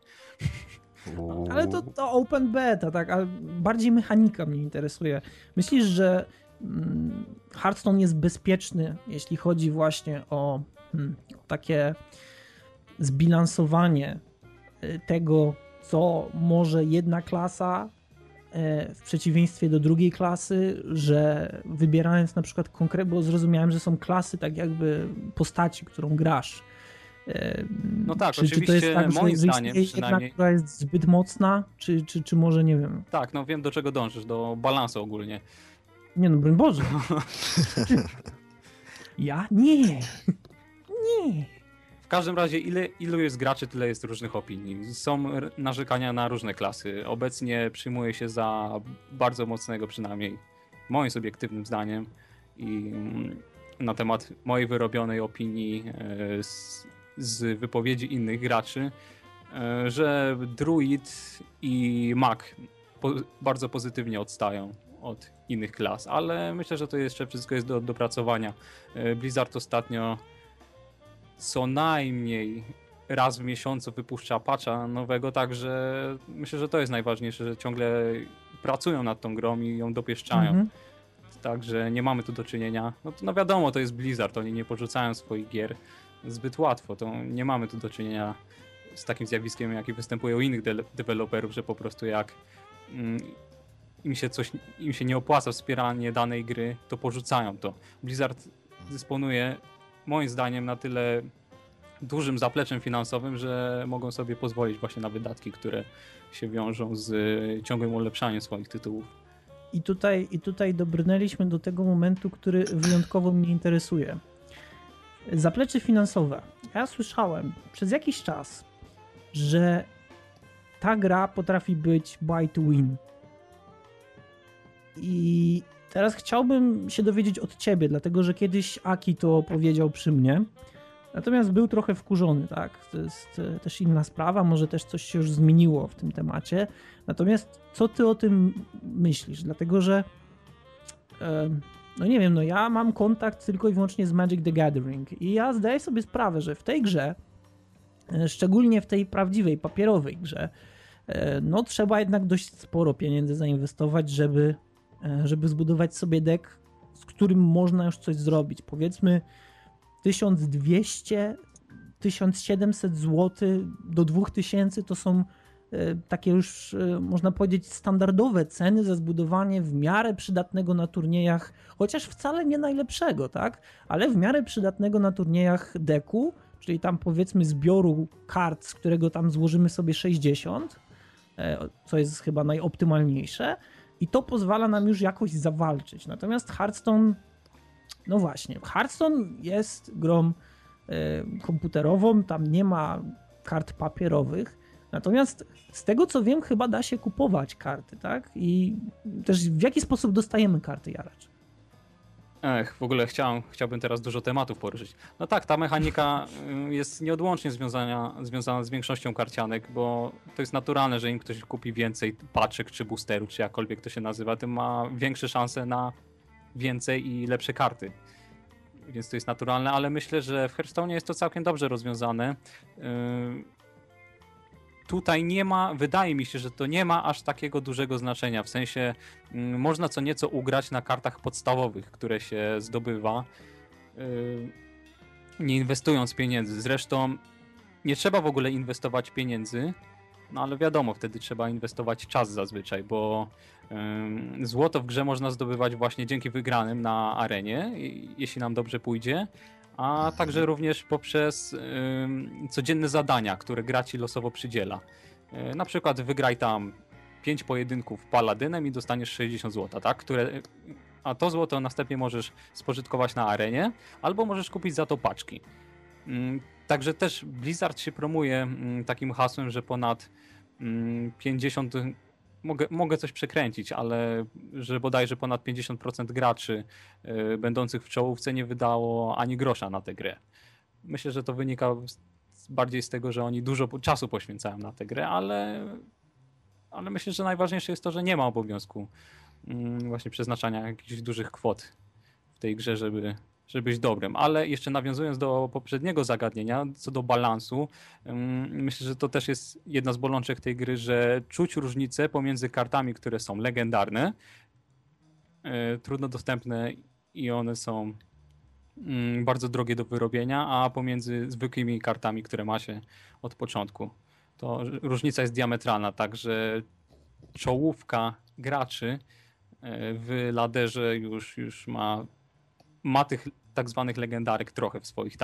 Ale to open beta, tak? Ale bardziej mechanika mnie interesuje. Myślisz, że Hearthstone jest bezpieczny, jeśli chodzi właśnie o takie zbilansowanie tego, co może jedna klasa w przeciwieństwie do drugiej klasy, że wybierając na przykład bo zrozumiałem, że są klasy tak jakby postaci, którą grasz.
No tak,
czy
oczywiście
to jest tak,
moim
że
zdaniem
jest
przynajmniej...
jedna, która jest zbyt mocna, czy może nie wiem.
Tak, no wiem do czego dążysz, do balansu ogólnie.
Nie no, broń Boże. Ja? Nie.
W każdym razie ilu jest graczy, tyle jest różnych opinii. Są narzekania na różne klasy. Obecnie przyjmuje się za bardzo mocnego, przynajmniej moim subiektywnym zdaniem, i na temat mojej wyrobionej opinii z wypowiedzi innych graczy, że Druid i Mag bardzo pozytywnie odstają od innych klas, ale myślę, że to jeszcze wszystko jest do dopracowania. Blizzard ostatnio co najmniej raz w miesiącu wypuszcza patcha nowego, także myślę, że to jest najważniejsze, że ciągle pracują nad tą grą i ją dopieszczają. Także nie mamy tu do czynienia, no wiadomo, to jest Blizzard, oni nie porzucają swoich gier zbyt łatwo, to nie mamy tu do czynienia z takim zjawiskiem, jakie występuje u innych deweloperów, że po prostu jak im się nie opłaca wspieranie danej gry, to porzucają to. Blizzard dysponuje moim zdaniem na tyle dużym zapleczem finansowym, że mogą sobie pozwolić właśnie na wydatki, które się wiążą z ciągłym ulepszaniem swoich tytułów.
I tutaj dobrnęliśmy do tego momentu, który wyjątkowo mnie interesuje. Zaplecze finansowe. Ja słyszałem przez jakiś czas, że ta gra potrafi być buy to win. I teraz chciałbym się dowiedzieć od ciebie, dlatego że kiedyś Aki to powiedział przy mnie, natomiast był trochę wkurzony, tak? To jest też inna sprawa, może też coś się już zmieniło w tym temacie. Natomiast co ty o tym myślisz? Dlatego że no nie wiem, no ja mam kontakt tylko i wyłącznie z Magic the Gathering i ja zdaję sobie sprawę, że w tej grze, szczególnie w tej prawdziwej, papierowej grze, no trzeba jednak dość sporo pieniędzy zainwestować, żeby zbudować sobie deck, z którym można już coś zrobić. Powiedzmy 1200, 1700 zł do 2000 to są takie już, można powiedzieć, standardowe ceny za zbudowanie w miarę przydatnego na turniejach, chociaż wcale nie najlepszego, tak? Ale w miarę przydatnego na turniejach decku, czyli tam powiedzmy zbioru kart, z którego tam złożymy sobie 60, co jest chyba najoptymalniejsze, i to pozwala nam już jakoś zawalczyć. Natomiast Hearthstone, no właśnie, Hearthstone jest grą komputerową, tam nie ma kart papierowych. Natomiast z tego co wiem, chyba da się kupować karty, tak? I też w jaki sposób dostajemy karty, Jaracz?
W ogóle chciałbym teraz dużo tematów poruszyć. No tak, ta mechanika jest nieodłącznie związana z większością karcianek, bo to jest naturalne, że im ktoś kupi więcej paczek czy boosterów, czy jakkolwiek to się nazywa, tym ma większe szanse na więcej i lepsze karty. Więc to jest naturalne, ale myślę, że w Hearthstone jest to całkiem dobrze rozwiązane. Tutaj nie ma, wydaje mi się, że to nie ma aż takiego dużego znaczenia, w sensie można co nieco ugrać na kartach podstawowych, które się zdobywa, nie inwestując pieniędzy. Zresztą nie trzeba w ogóle inwestować pieniędzy, no ale wiadomo, wtedy trzeba inwestować czas zazwyczaj, bo złoto w grze można zdobywać właśnie dzięki wygranym na arenie, jeśli nam dobrze pójdzie, a także również poprzez codzienne zadania, które gra ci losowo przydziela. Na przykład wygraj tam 5 pojedynków paladynem i dostaniesz 60 zł, tak? A to złoto następnie możesz spożytkować na arenie, albo możesz kupić za to paczki. Także też Blizzard się promuje takim hasłem, że ponad 50... Mogę coś przekręcić, ale że bodajże ponad 50% graczy będących w czołówce nie wydało ani grosza na tę grę. Myślę, że to wynika bardziej z tego, że oni dużo czasu poświęcają na tę grę, ale myślę, że najważniejsze jest to, że nie ma obowiązku właśnie przeznaczania jakichś dużych kwot w tej grze, żeby być dobrym. Ale jeszcze nawiązując do poprzedniego zagadnienia, co do balansu, myślę, że to też jest jedna z bolączek tej gry, że czuć różnicę pomiędzy kartami, które są legendarne, trudno dostępne i one są bardzo drogie do wyrobienia, a pomiędzy zwykłymi kartami, które ma się od początku. To różnica jest diametralna, także czołówka graczy w laderze już ma tych tak zwanych legendarek trochę w swoich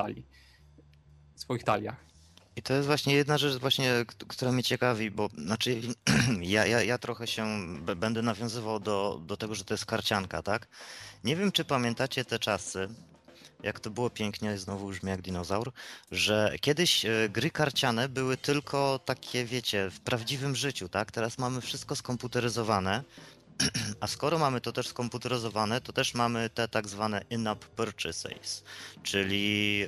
taliach.
I to jest właśnie jedna rzecz, właśnie, która mnie ciekawi, bo znaczy ja trochę się będę nawiązywał do tego, że to jest karcianka, tak? Nie wiem, czy pamiętacie te czasy, jak to było pięknie, znowu brzmi jak dinozaur, że kiedyś gry karciane były tylko takie, wiecie, w prawdziwym życiu, tak? Teraz mamy wszystko skomputeryzowane. A skoro mamy to też skomputeryzowane, to też mamy te tak zwane in-app purchases, czyli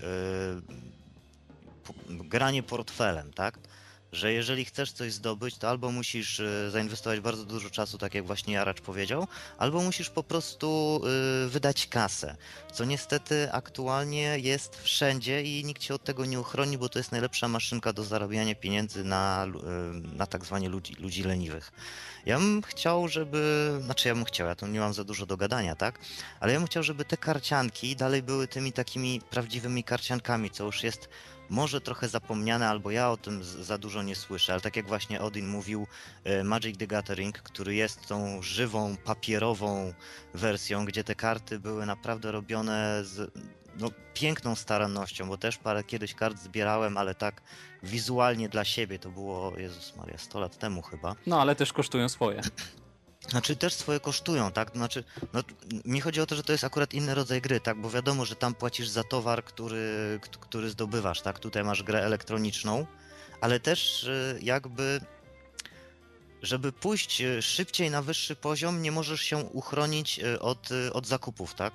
granie portfelem, tak? Że jeżeli chcesz coś zdobyć, to albo musisz zainwestować bardzo dużo czasu, tak jak właśnie Jaracz powiedział, albo musisz po prostu wydać kasę, co niestety aktualnie jest wszędzie i nikt cię od tego nie uchroni, bo to jest najlepsza maszynka do zarabiania pieniędzy na tak zwanie ludzi leniwych. Ja bym chciał, ja tu nie mam za dużo do gadania, tak? Ale ja bym chciał, żeby te karcianki dalej były tymi takimi prawdziwymi karciankami, co już jest może trochę zapomniane, albo ja o tym za dużo nie słyszę, ale tak jak właśnie Odin mówił, Magic the Gathering, który jest tą żywą, papierową wersją, gdzie te karty były naprawdę robione z piękną starannością, bo też parę kiedyś kart zbierałem, ale tak wizualnie dla siebie, to było, Jezus Maria, 100 lat temu chyba.
No ale też kosztują swoje.
Znaczy też swoje kosztują, tak? Znaczy, mi chodzi o to, że to jest akurat inny rodzaj gry, tak? Bo wiadomo, że tam płacisz za towar, który zdobywasz, tak? Tutaj masz grę elektroniczną, ale też jakby, żeby pójść szybciej na wyższy poziom, nie możesz się uchronić od zakupów, tak?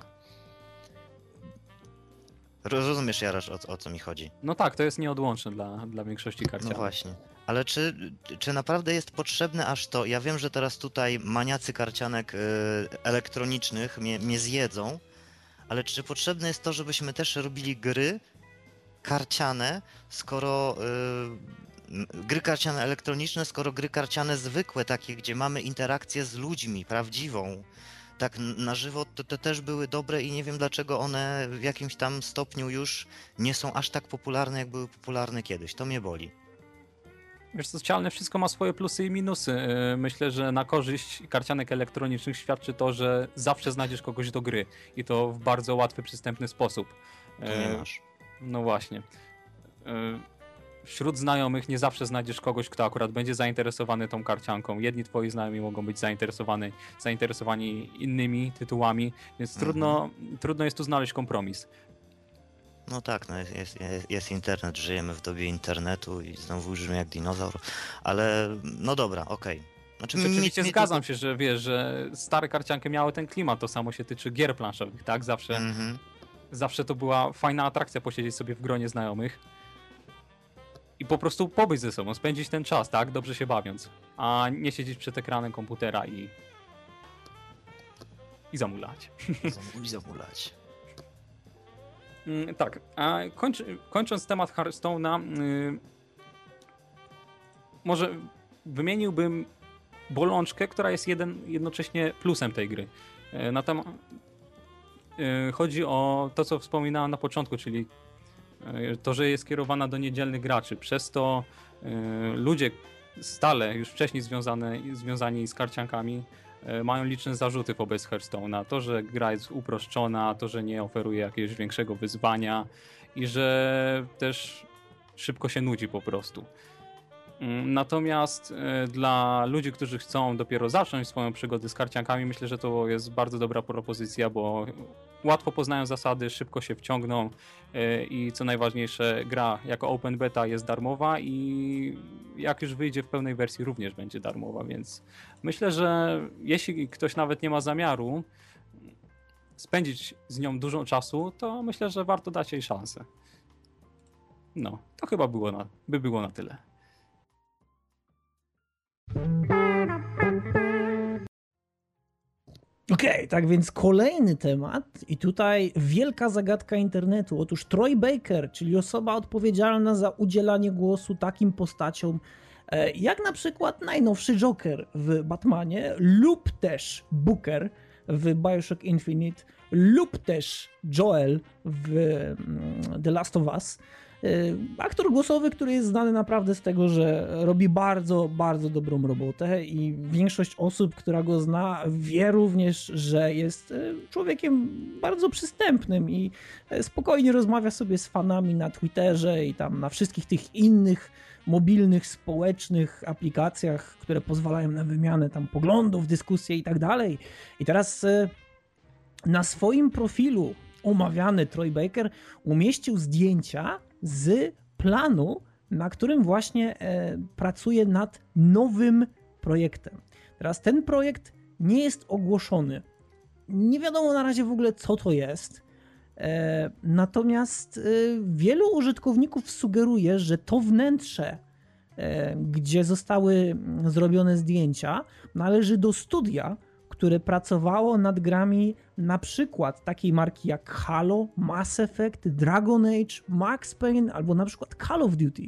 Rozumiesz, Jarasz, o co mi chodzi?
No tak, to jest nieodłączne dla większości karcianek.
No właśnie. Ale czy naprawdę jest potrzebne aż to? Ja wiem, że teraz tutaj maniacy karcianek elektronicznych mnie zjedzą, ale czy potrzebne jest to, żebyśmy też robili gry karciane, skoro gry karciane elektroniczne, skoro gry karciane zwykłe, takie, gdzie mamy interakcję z ludźmi, prawdziwą, tak na żywo, to też były dobre i nie wiem, dlaczego one w jakimś tam stopniu już nie są aż tak popularne, jak były popularne kiedyś. To mnie boli.
Wiesz, socjalne wszystko ma swoje plusy i minusy. Myślę, że na korzyść karcianek elektronicznych świadczy to, że zawsze znajdziesz kogoś do gry i to w bardzo łatwy, przystępny sposób.
To nie masz.
No właśnie. Wśród znajomych nie zawsze znajdziesz kogoś, kto akurat będzie zainteresowany tą karcianką. Jedni twoi znajomi mogą być zainteresowani innymi tytułami, więc trudno jest tu znaleźć kompromis.
No tak, no jest internet, żyjemy w dobie internetu i znowu brzmi jak dinozaur, ale no dobra, okej. Znaczy,
Oczywiście zgadzam się, że wiesz, że stare karcianki miały ten klimat, to samo się tyczy gier planszowych, tak? Zawsze to była fajna atrakcja posiedzieć sobie w gronie znajomych i po prostu pobyć ze sobą, spędzić ten czas, tak? Dobrze się bawiąc, a nie siedzieć przed ekranem komputera i zamulać.
Zamulać.
Tak, a kończąc temat Hearthstone'a, może wymieniłbym bolączkę, która jest jednocześnie plusem tej gry. Chodzi o to, co wspominałem na początku, czyli to, że jest kierowana do niedzielnych graczy. Przez to ludzie stale już wcześniej związani z karciankami mają liczne zarzuty wobec Hearthstone'a. To, że gra jest uproszczona, to, że nie oferuje jakiegoś większego wyzwania i że też szybko się nudzi po prostu. Natomiast dla ludzi, którzy chcą dopiero zacząć swoją przygodę z karciankami, myślę, że to jest bardzo dobra propozycja, bo łatwo poznają zasady, szybko się wciągną i co najważniejsze, gra jako open beta jest darmowa i jak już wyjdzie w pełnej wersji również będzie darmowa, więc myślę, że jeśli ktoś nawet nie ma zamiaru spędzić z nią dużo czasu, to myślę, że warto dać jej szansę. No, to chyba by było na tyle.
Okej, tak więc kolejny temat i tutaj wielka zagadka internetu. Otóż Troy Baker, czyli osoba odpowiedzialna za udzielanie głosu takim postaciom jak na przykład najnowszy Joker w Batmanie lub też Booker w Bioshock Infinite lub też Joel w The Last of Us. Aktor głosowy, który jest znany naprawdę z tego, że robi bardzo, bardzo dobrą robotę i większość osób, która go zna, wie również, że jest człowiekiem bardzo przystępnym i spokojnie rozmawia sobie z fanami na Twitterze i tam na wszystkich tych innych mobilnych, społecznych aplikacjach, które pozwalają na wymianę tam poglądów, dyskusje i tak dalej. I teraz na swoim profilu omawiany Troy Baker umieścił zdjęcia z planu, na którym właśnie pracuje nad nowym projektem. Teraz ten projekt nie jest ogłoszony. Nie wiadomo na razie w ogóle, co to jest. Natomiast wielu użytkowników sugeruje, że to wnętrze, gdzie zostały zrobione zdjęcia, należy do studia, które pracowało nad grami na przykład takiej marki jak Halo, Mass Effect, Dragon Age, Max Payne albo na przykład Call of Duty.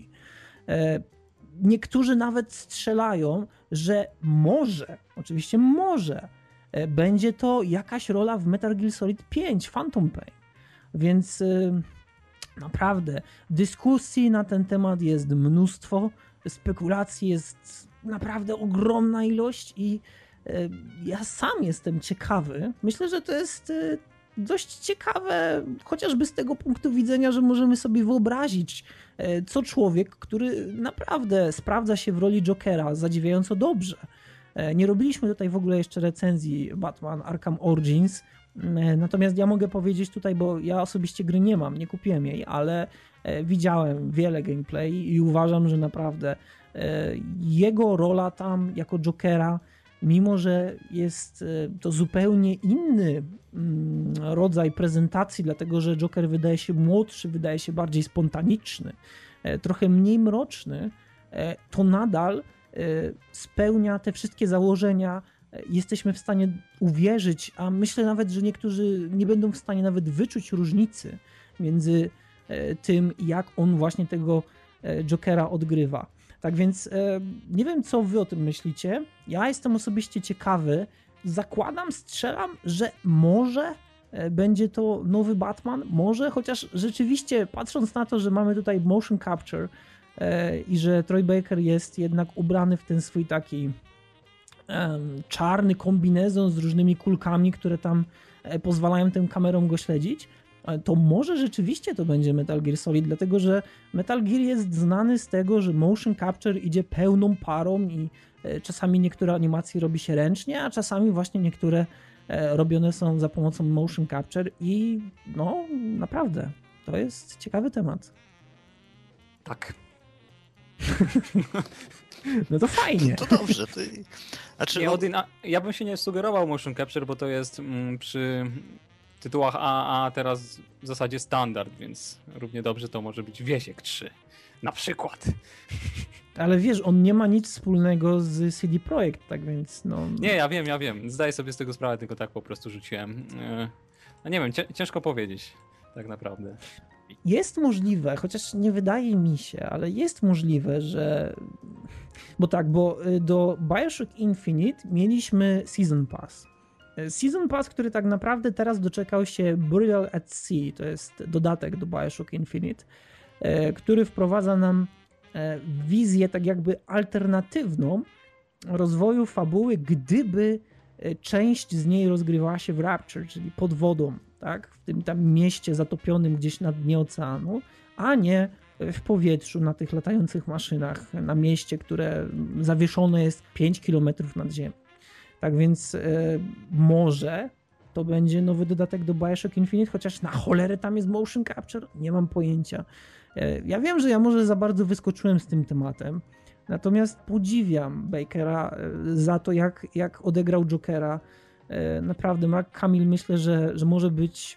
Niektórzy nawet strzelają, że może, oczywiście może, będzie to jakaś rola w Metal Gear Solid 5 Phantom Pain. Więc naprawdę dyskusji na ten temat jest mnóstwo, spekulacji jest naprawdę ogromna ilość i ja sam jestem ciekawy. Myślę, że to jest dość ciekawe, chociażby z tego punktu widzenia, że możemy sobie wyobrazić, co człowiek, który naprawdę sprawdza się w roli Jokera zadziwiająco dobrze. Nie robiliśmy tutaj w ogóle jeszcze recenzji Batman Arkham Origins, natomiast ja mogę powiedzieć tutaj, bo ja osobiście gry nie mam, nie kupiłem jej, ale widziałem wiele gameplay i uważam, że naprawdę jego rola tam jako Jokera, mimo że jest to zupełnie inny rodzaj prezentacji, dlatego że Joker wydaje się młodszy, wydaje się bardziej spontaniczny, trochę mniej mroczny, to nadal spełnia te wszystkie założenia. Jesteśmy w stanie uwierzyć, a myślę nawet, że niektórzy nie będą w stanie nawet wyczuć różnicy między tym, jak on właśnie tego Jokera odgrywa. Tak więc nie wiem, co wy o tym myślicie. Ja jestem osobiście ciekawy. Zakładam, strzelam, że może będzie to nowy Batman. Może, chociaż rzeczywiście patrząc na to, że mamy tutaj motion capture i że Troy Baker jest jednak ubrany w ten swój taki czarny kombinezon z różnymi kulkami, które tam pozwalają tym kamerom go śledzić, to może rzeczywiście to będzie Metal Gear Solid, dlatego że Metal Gear jest znany z tego, że motion capture idzie pełną parą i czasami niektóre animacje robi się ręcznie, a czasami właśnie niektóre robione są za pomocą motion capture i no naprawdę To jest ciekawy temat.
Tak.
No to fajnie.
To dobrze. Znaczy,
Nie, ja bym się nie sugerował motion capture, bo to jest przy tytułach AAA teraz w zasadzie standard, więc równie dobrze to może być Wiesiek 3 na przykład.
Ale wiesz, on nie ma nic wspólnego z CD Projekt, tak więc no...
Nie, ja wiem. Zdaję sobie z tego sprawę, tylko tak po prostu rzuciłem. No nie wiem, ciężko powiedzieć tak naprawdę.
Jest możliwe, chociaż nie wydaje mi się, ale jest możliwe, że... Bo do BioShock Infinite mieliśmy Season Pass. Season Pass, który tak naprawdę teraz doczekał się Burial at Sea, to jest dodatek do BioShock Infinite, który wprowadza nam wizję tak jakby alternatywną rozwoju fabuły, gdyby część z niej rozgrywała się w Rapture, czyli pod wodą, tak? W tym tam mieście zatopionym gdzieś na dnie oceanu, a nie w powietrzu na tych latających maszynach, na mieście, które zawieszone jest 5 km nad ziemią. Tak więc może to będzie nowy dodatek do BioShock Infinite, chociaż na cholerę tam jest motion capture, nie mam pojęcia. Ja wiem, że ja może za bardzo wyskoczyłem z tym tematem, natomiast podziwiam Bakera za to, jak odegrał Jokera. Naprawdę, Mark Hamill myślę, że może być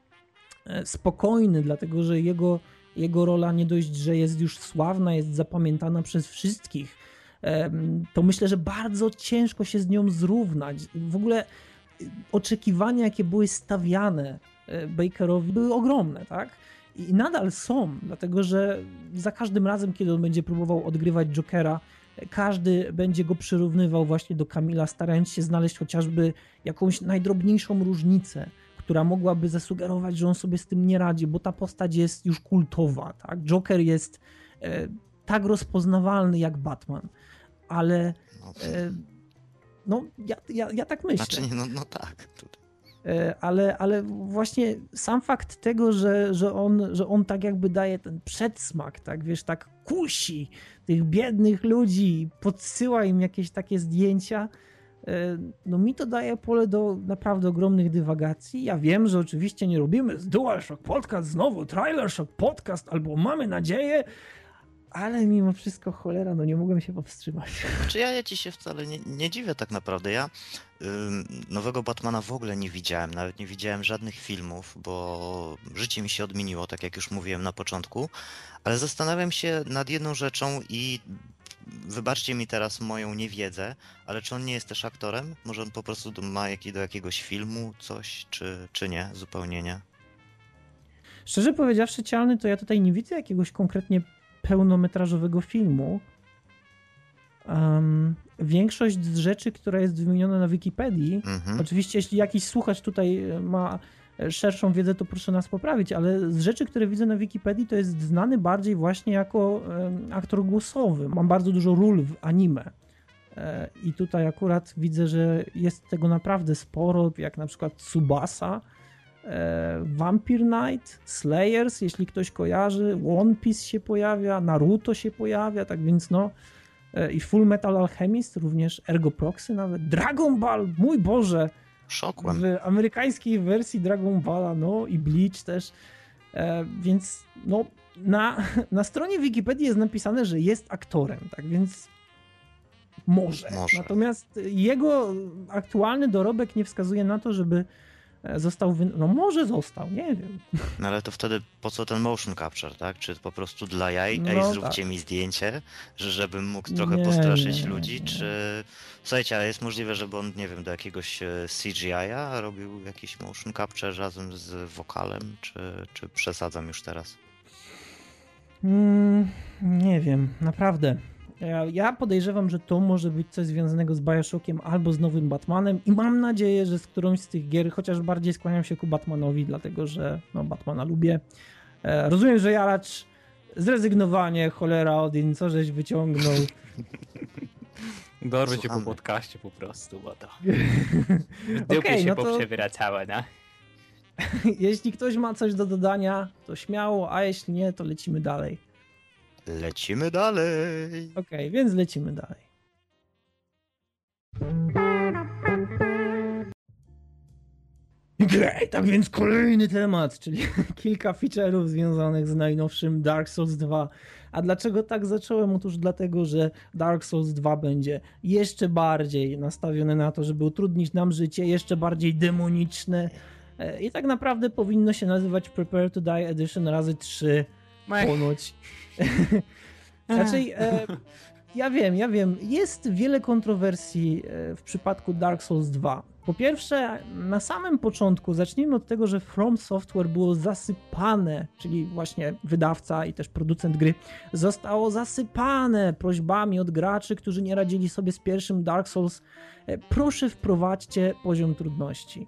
spokojny, dlatego że jego rola nie dość, że jest już sławna, jest zapamiętana przez wszystkich, to myślę, że bardzo ciężko się z nią zrównać. W ogóle oczekiwania, jakie były stawiane Bakerowi, były ogromne, tak? I nadal są, dlatego że za każdym razem, kiedy on będzie próbował odgrywać Jokera, każdy będzie go przyrównywał właśnie do Camilla, starając się znaleźć chociażby jakąś najdrobniejszą różnicę, która mogłaby zasugerować, że on sobie z tym nie radzi, bo ta postać jest już kultowa, tak? Joker jest tak rozpoznawalny jak Batman, ale no ja tak myślę.
Znaczy, no tak.
Ale właśnie sam fakt tego, że on tak jakby daje ten przedsmak, tak wiesz, tak kusi tych biednych ludzi, podsyła im jakieś takie zdjęcia, no mi to daje pole do naprawdę ogromnych dywagacji. Ja wiem, że oczywiście nie robimy z DualShock Podcast znowu Trailer Shock Podcast, albo mamy nadzieję, ale mimo wszystko, cholera, no nie mogłem się powstrzymać.
Znaczy ja ci się wcale nie dziwię tak naprawdę. Ja nowego Batmana w ogóle nie widziałem, nawet nie widziałem żadnych filmów, bo życie mi się odmieniło, tak jak już mówiłem na początku, ale zastanawiam się nad jedną rzeczą i wybaczcie mi teraz moją niewiedzę, ale czy on nie jest też aktorem? Może on po prostu ma do jakiegoś filmu coś, czy nie? Zupełnie nie.
Szczerze powiedziawszy, Cialny, to ja tutaj nie widzę jakiegoś konkretnie pełnometrażowego filmu. Większość z rzeczy, która jest wymieniona na Wikipedii, oczywiście jeśli jakiś słuchacz tutaj ma szerszą wiedzę, to proszę nas poprawić, ale z rzeczy, które widzę na Wikipedii, to jest znany bardziej właśnie jako aktor głosowy. Mam bardzo dużo ról w anime. I tutaj akurat widzę, że jest tego naprawdę sporo, jak na przykład Tsubasa, Vampire Knight, Slayers, jeśli ktoś kojarzy, One Piece się pojawia, Naruto się pojawia, tak więc no i Full Metal Alchemist, również Ergo Proxy nawet, Dragon Ball, mój Boże,
Szokłem.
w amerykańskiej wersji Dragon Balla, no i Bleach też, więc no na stronie Wikipedii jest napisane, że jest aktorem, tak więc może. Natomiast jego aktualny dorobek nie wskazuje na to, żeby został, no może został, nie wiem.
No ale to wtedy po co ten motion capture, tak? Czy po prostu dla jaj, zróbcie mi zdjęcie, żebym mógł trochę postraszyć ludzi, czy... Słuchajcie, ale jest możliwe, żeby on, nie wiem, do jakiegoś CGI-a robił jakiś motion capture razem z wokalem, czy przesadzam już teraz?
Nie wiem, naprawdę. Ja podejrzewam, że to może być coś związanego z BioShockiem albo z nowym Batmanem i mam nadzieję, że z którąś z tych gier, chociaż bardziej skłaniam się ku Batmanowi, dlatego że no, Batmana lubię. Rozumiem, że Jaracz zrezygnowanie, cholera Odin, co żeś wyciągnął.
Dorwę cię po podcaście po prostu, bo to dupy się poprzewracały, no.
Jeśli ktoś ma coś do dodania, to śmiało, a jeśli nie, to lecimy dalej.
Lecimy dalej.
Okej, więc lecimy dalej. Okej, tak więc kolejny temat, czyli kilka feature'ów związanych z najnowszym Dark Souls 2. A dlaczego tak zacząłem? Otóż dlatego, że Dark Souls 2 będzie jeszcze bardziej nastawione na to, żeby utrudnić nam życie, jeszcze bardziej demoniczne i tak naprawdę powinno się nazywać Prepare to Die Edition razy 3 ponoć. Raczej ja wiem, jest wiele kontrowersji w przypadku Dark Souls 2. Po pierwsze, na samym początku zacznijmy od tego, że From Software było zasypane, czyli właśnie wydawca i też producent gry, zostało zasypane prośbami od graczy, którzy nie radzili sobie z pierwszym Dark Souls. Proszę wprowadźcie poziom trudności.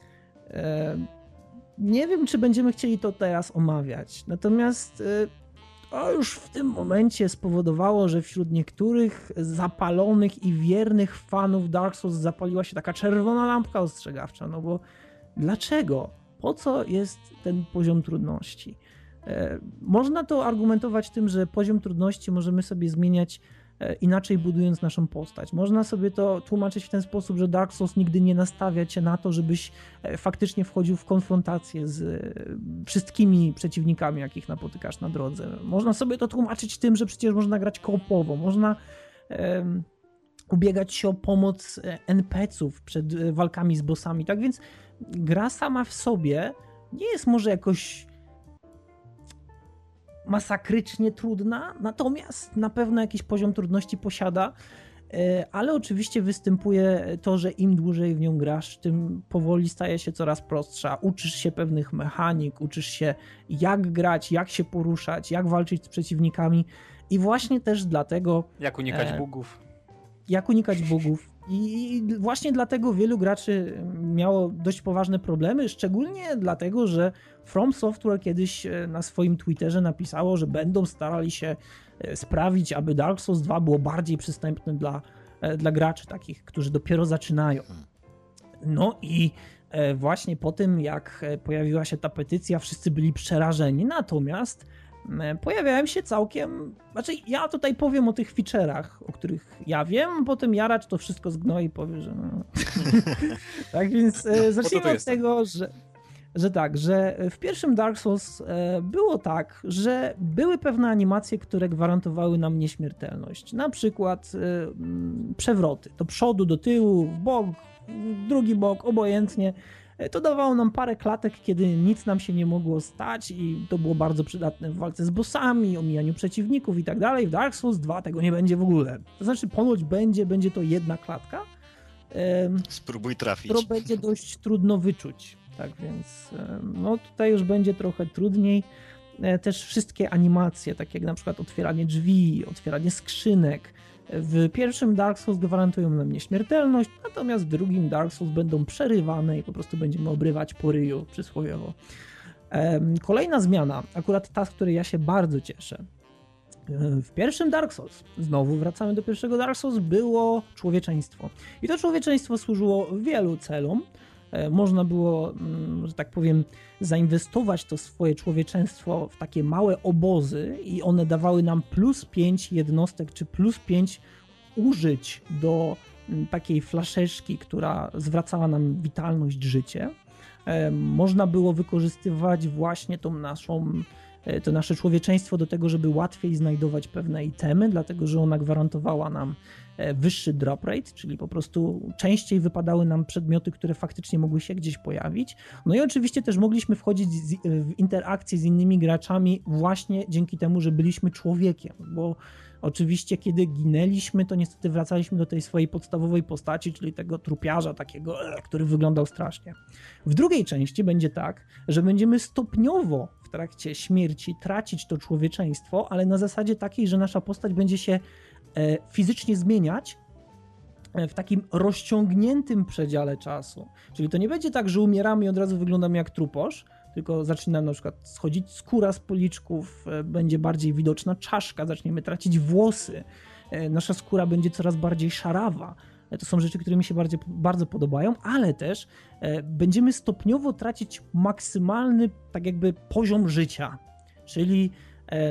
Nie wiem, czy będziemy chcieli to teraz omawiać, natomiast to już w tym momencie spowodowało, że wśród niektórych zapalonych i wiernych fanów Dark Souls zapaliła się taka czerwona lampka ostrzegawcza, no bo dlaczego? Po co jest ten poziom trudności? Można to argumentować tym, że poziom trudności możemy sobie zmieniać inaczej budując naszą postać. Można sobie to tłumaczyć w ten sposób, że Dark Souls nigdy nie nastawia cię na to, żebyś faktycznie wchodził w konfrontację z wszystkimi przeciwnikami, jakich napotykasz na drodze. Można sobie to tłumaczyć tym, że przecież można grać koopowo, można ubiegać się o pomoc NPC-ów przed walkami z bossami. Tak więc gra sama w sobie nie jest może jakoś masakrycznie trudna, natomiast na pewno jakiś poziom trudności posiada, ale oczywiście występuje to, że im dłużej w nią grasz, tym powoli staje się coraz prostsza. Uczysz się pewnych mechanik, uczysz się jak grać, jak się poruszać, jak walczyć z przeciwnikami i właśnie też dlatego...
Jak unikać bugów.
Jak unikać bugów. I właśnie dlatego wielu graczy miało dość poważne problemy, szczególnie dlatego, że From Software kiedyś na swoim Twitterze napisało, że będą starali się sprawić, aby Dark Souls 2 było bardziej przystępne dla graczy takich, którzy dopiero zaczynają. No i właśnie po tym, jak pojawiła się ta petycja, wszyscy byli przerażeni. Natomiast pojawiałem się całkiem... Znaczy, ja tutaj powiem o tych feature'ach, o których ja wiem, potem Jaracz to wszystko zgnoi i powie, że no... Tak więc zacznijmy od tego, że w pierwszym Dark Souls było tak, że były pewne animacje, które gwarantowały nam nieśmiertelność. Na przykład przewroty. Do przodu, do tyłu, w bok, w drugi bok, obojętnie. To dawało nam parę klatek, kiedy nic nam się nie mogło stać i to było bardzo przydatne w walce z bossami, omijaniu przeciwników i tak dalej. W Dark Souls 2 tego nie będzie w ogóle. To znaczy ponoć będzie to jedna klatka.
Spróbuj trafić.
Którą będzie dość trudno wyczuć. Tak więc no tutaj już będzie trochę trudniej. Też wszystkie animacje, takie jak na przykład otwieranie drzwi, otwieranie skrzynek, w pierwszym Dark Souls gwarantują nam nieśmiertelność, natomiast w drugim Dark Souls będą przerywane i po prostu będziemy obrywać po ryju przysłowiowo. Kolejna zmiana, akurat ta, z której ja się bardzo cieszę. W pierwszym Dark Souls, znowu wracamy do pierwszego Dark Souls, było człowieczeństwo. I to człowieczeństwo służyło wielu celom. Można było, że tak powiem, zainwestować to swoje człowieczeństwo w takie małe obozy i one dawały nam plus 5 jednostek, czy plus 5 użyć do takiej flaszeczki, która zwracała nam witalność, życie. Można było wykorzystywać właśnie to nasze człowieczeństwo do tego, żeby łatwiej znajdować pewne itemy, dlatego że ona gwarantowała nam wyższy drop rate, czyli po prostu częściej wypadały nam przedmioty, które faktycznie mogły się gdzieś pojawić. No i oczywiście też mogliśmy wchodzić w interakcję z innymi graczami właśnie dzięki temu, że byliśmy człowiekiem, bo oczywiście kiedy ginęliśmy, to niestety wracaliśmy do tej swojej podstawowej postaci, czyli tego trupiarza takiego, który wyglądał strasznie. W drugiej części będzie tak, że będziemy stopniowo w trakcie śmierci tracić to człowieczeństwo, ale na zasadzie takiej, że nasza postać będzie się fizycznie zmieniać w takim rozciągniętym przedziale czasu. Czyli to nie będzie tak, że umieramy i od razu wyglądamy jak truposz, tylko zaczyna na przykład schodzić skóra z policzków, będzie bardziej widoczna czaszka, zaczniemy tracić włosy, nasza skóra będzie coraz bardziej szarawa. To są rzeczy, które mi się bardzo podobają, ale też będziemy stopniowo tracić maksymalny tak jakby poziom życia. Czyli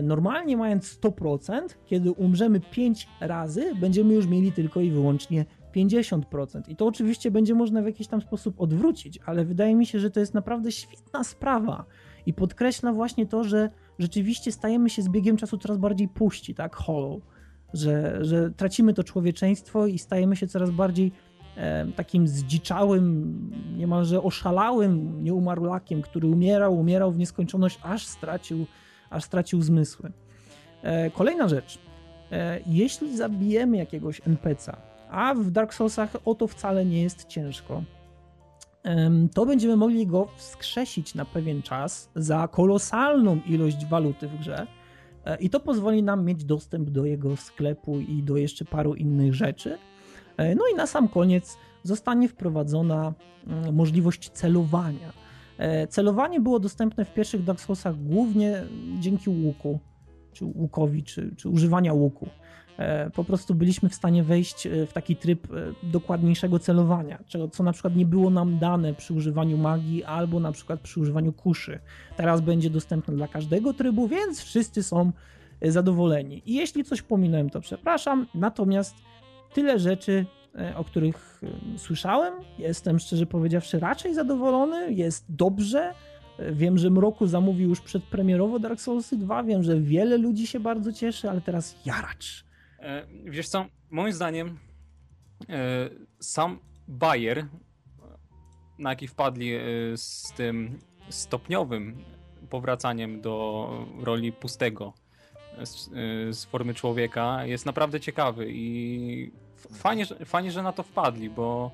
normalnie mając 100%, kiedy umrzemy 5 razy, będziemy już mieli tylko i wyłącznie 50%. I to oczywiście będzie można w jakiś tam sposób odwrócić, ale wydaje mi się, że to jest naprawdę świetna sprawa i podkreśla właśnie to, że rzeczywiście stajemy się z biegiem czasu coraz bardziej puści, tak, hollow, że tracimy to człowieczeństwo i stajemy się coraz bardziej takim zdziczałym, niemalże oszalałym nieumarłakiem, który umierał w nieskończoność, aż stracił zmysły. Kolejna rzecz. Jeśli zabijemy jakiegoś NPC-a, a w Dark Soulsach o to wcale nie jest ciężko, to będziemy mogli go wskrzesić na pewien czas za kolosalną ilość waluty w grze i to pozwoli nam mieć dostęp do jego sklepu i do jeszcze paru innych rzeczy. No i na sam koniec zostanie wprowadzona możliwość celowania. Celowanie było dostępne w pierwszych Dark Soulsach głównie dzięki łuku, czy łukowi, czy używania łuku. Po prostu byliśmy w stanie wejść w taki tryb dokładniejszego celowania, co na przykład nie było nam dane przy używaniu magii albo na przykład przy używaniu kuszy. Teraz będzie dostępne dla każdego trybu, więc wszyscy są zadowoleni. I jeśli coś pominąłem, to przepraszam, natomiast tyle rzeczy, o których słyszałem. Jestem, szczerze powiedziawszy, raczej zadowolony. Jest dobrze. Wiem, że Mroku zamówił już przedpremierowo Dark Soulsy 2. Wiem, że wiele ludzi się bardzo cieszy, ale teraz jaracz.
Wiesz co, moim zdaniem sam Bayer, na jaki wpadli z tym stopniowym powracaniem do roli pustego z formy człowieka, jest naprawdę ciekawy i fajnie, że na to wpadli, bo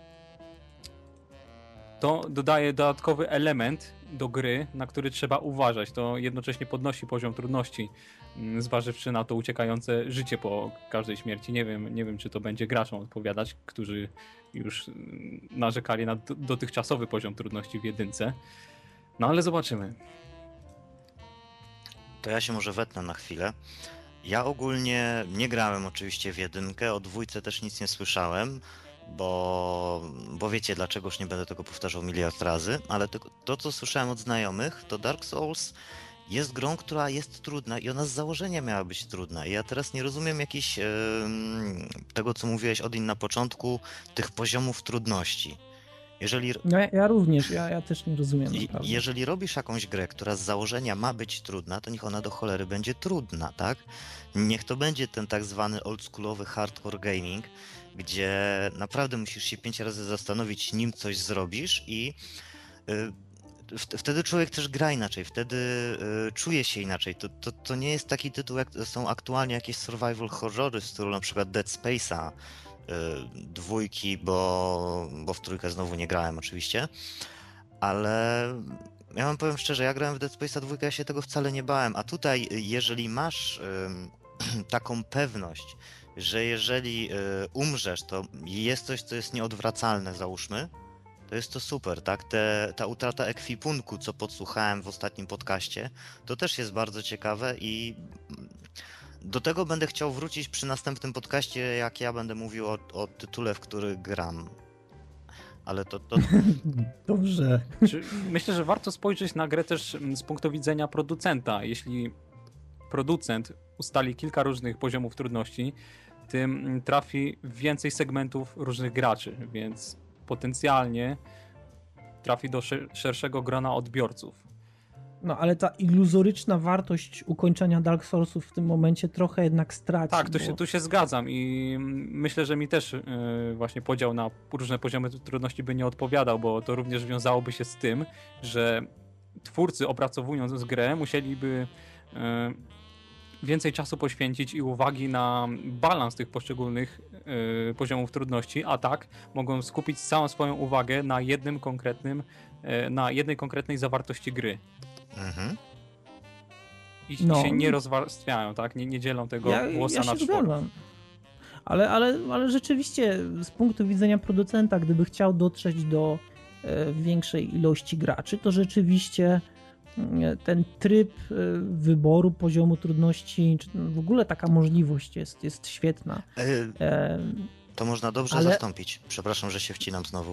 to dodaje dodatkowy element do gry, na który trzeba uważać. To jednocześnie podnosi poziom trudności, zważywszy na to uciekające życie po każdej śmierci. Nie wiem, czy to będzie graczom odpowiadać, którzy już narzekali na dotychczasowy poziom trudności w jedynce. No ale zobaczymy.
To ja się może wetnę na chwilę. Ja ogólnie nie grałem oczywiście w jedynkę, o dwójce też nic nie słyszałem, bo wiecie dlaczegoż nie będę tego powtarzał miliard razy, ale to co słyszałem od znajomych, to Dark Souls jest grą, która jest trudna i ona z założenia miała być trudna. I ja teraz nie rozumiem tego, co mówiłeś Odin na początku, tych poziomów trudności.
Ja również, ja też nie rozumiem.
Jeżeli robisz jakąś grę, która z założenia ma być trudna, to niech ona do cholery będzie trudna, tak? Niech to będzie ten tak zwany oldschoolowy hardcore gaming, gdzie naprawdę musisz się 5 razy zastanowić, nim coś zrobisz i wtedy człowiek też gra inaczej, wtedy czuje się inaczej. To nie jest taki tytuł, jak są aktualnie jakieś survival horrory w stylu na przykład Dead Space'a, dwójki, bo w trójkę znowu nie grałem oczywiście, ale ja wam powiem szczerze, ja grałem w Dead Space'a 2, ja się tego wcale nie bałem, a tutaj jeżeli masz taką pewność, że jeżeli umrzesz, to jest coś, co jest nieodwracalne, załóżmy, to jest to super, tak? Ta utrata ekwipunku, co podsłuchałem w ostatnim podcaście, to też jest bardzo ciekawe i do tego będę chciał wrócić przy następnym podcaście, jak ja będę mówił o tytule, w który gram. Ale to...
Dobrze.
Myślę, że warto spojrzeć na grę też z punktu widzenia producenta. Jeśli producent ustali kilka różnych poziomów trudności, tym trafi w więcej segmentów różnych graczy, więc potencjalnie trafi do szerszego grona odbiorców.
No ale ta iluzoryczna wartość ukończenia Dark Soulsów w tym momencie trochę jednak straci.
Tak, tu się zgadzam i myślę, że mi też właśnie podział na różne poziomy trudności by nie odpowiadał, bo to również wiązałoby się z tym, że twórcy opracowując grę musieliby więcej czasu poświęcić i uwagi na balans tych poszczególnych poziomów trudności, a tak mogą skupić całą swoją uwagę na jednej konkretnej zawartości gry.
Mhm.
I się nie rozwarstwiają, tak? Nie dzielą tego włosa na czworo.
Zgadzam. Ale rzeczywiście z punktu widzenia producenta, gdyby chciał dotrzeć do większej ilości graczy, to rzeczywiście ten tryb wyboru poziomu trudności, czy w ogóle taka możliwość jest świetna.
To można dobrze zastąpić. Przepraszam, że się wcinam znowu.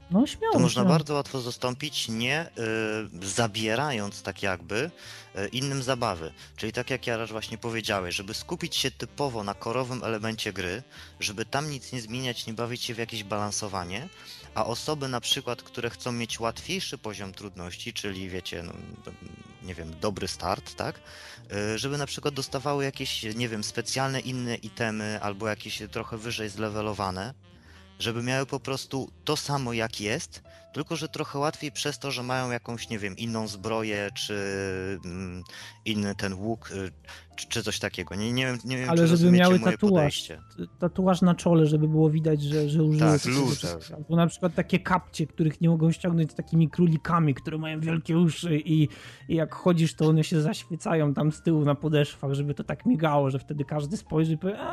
No śmiało.
To można
śmiało.
bardzo łatwo zastąpić, nie zabierając tak jakby innym zabawy. Czyli tak jak Jarasz właśnie powiedziałeś, żeby skupić się typowo na korowym elemencie gry, żeby tam nic nie zmieniać, nie bawić się w jakieś balansowanie, a osoby na przykład, które chcą mieć łatwiejszy poziom trudności, czyli wiecie, no, nie wiem, dobry start, tak? Żeby na przykład dostawały jakieś, nie wiem, specjalne inne itemy albo jakieś trochę wyżej zlevelowane, żeby miały po prostu to samo jak jest, tylko że trochę łatwiej przez to, że mają jakąś, nie wiem, inną zbroję, czy inny ten łuk, czy coś takiego. Nie wiem,
Ale
czy
żeby
rozumiecie
miały
moje
tatuaż,
podejście.
tatuaż na czole, żeby było widać, że użyły
Tak,
takiego
loser.
czegoś. Albo na przykład takie kapcie, których nie mogą ściągnąć z takimi królikami, które mają wielkie uszy i jak chodzisz, to one się zaświecają tam z tyłu na podeszwach, żeby to tak migało, że wtedy każdy spojrzy i powie,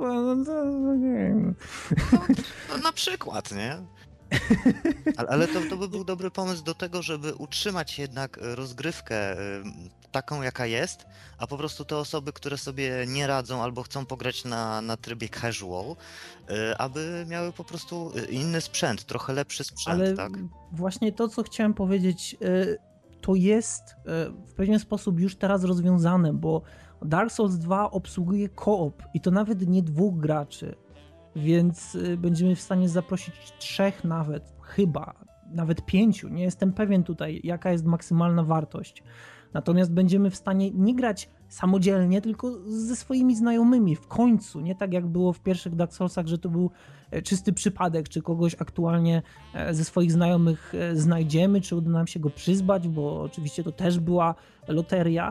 No, na przykład, nie? Ale to by był dobry pomysł do tego, żeby utrzymać jednak rozgrywkę taką, jaka jest, a po prostu te osoby, które sobie nie radzą albo chcą pograć na trybie casual, aby miały po prostu inny sprzęt, trochę lepszy sprzęt,
Ale
tak?
właśnie to, co chciałem powiedzieć, to jest w pewien sposób już teraz rozwiązane, bo Dark Souls 2 obsługuje co-op i to nawet nie 2 graczy, więc będziemy w stanie zaprosić 3 nawet, chyba, nawet 5, nie jestem pewien tutaj, jaka jest maksymalna wartość. Natomiast będziemy w stanie nie grać samodzielnie, tylko ze swoimi znajomymi w końcu. Nie tak jak było w pierwszych Dark Soulsach, że to był czysty przypadek, czy kogoś aktualnie ze swoich znajomych znajdziemy, czy uda nam się go przyzwać, bo oczywiście to też była loteria.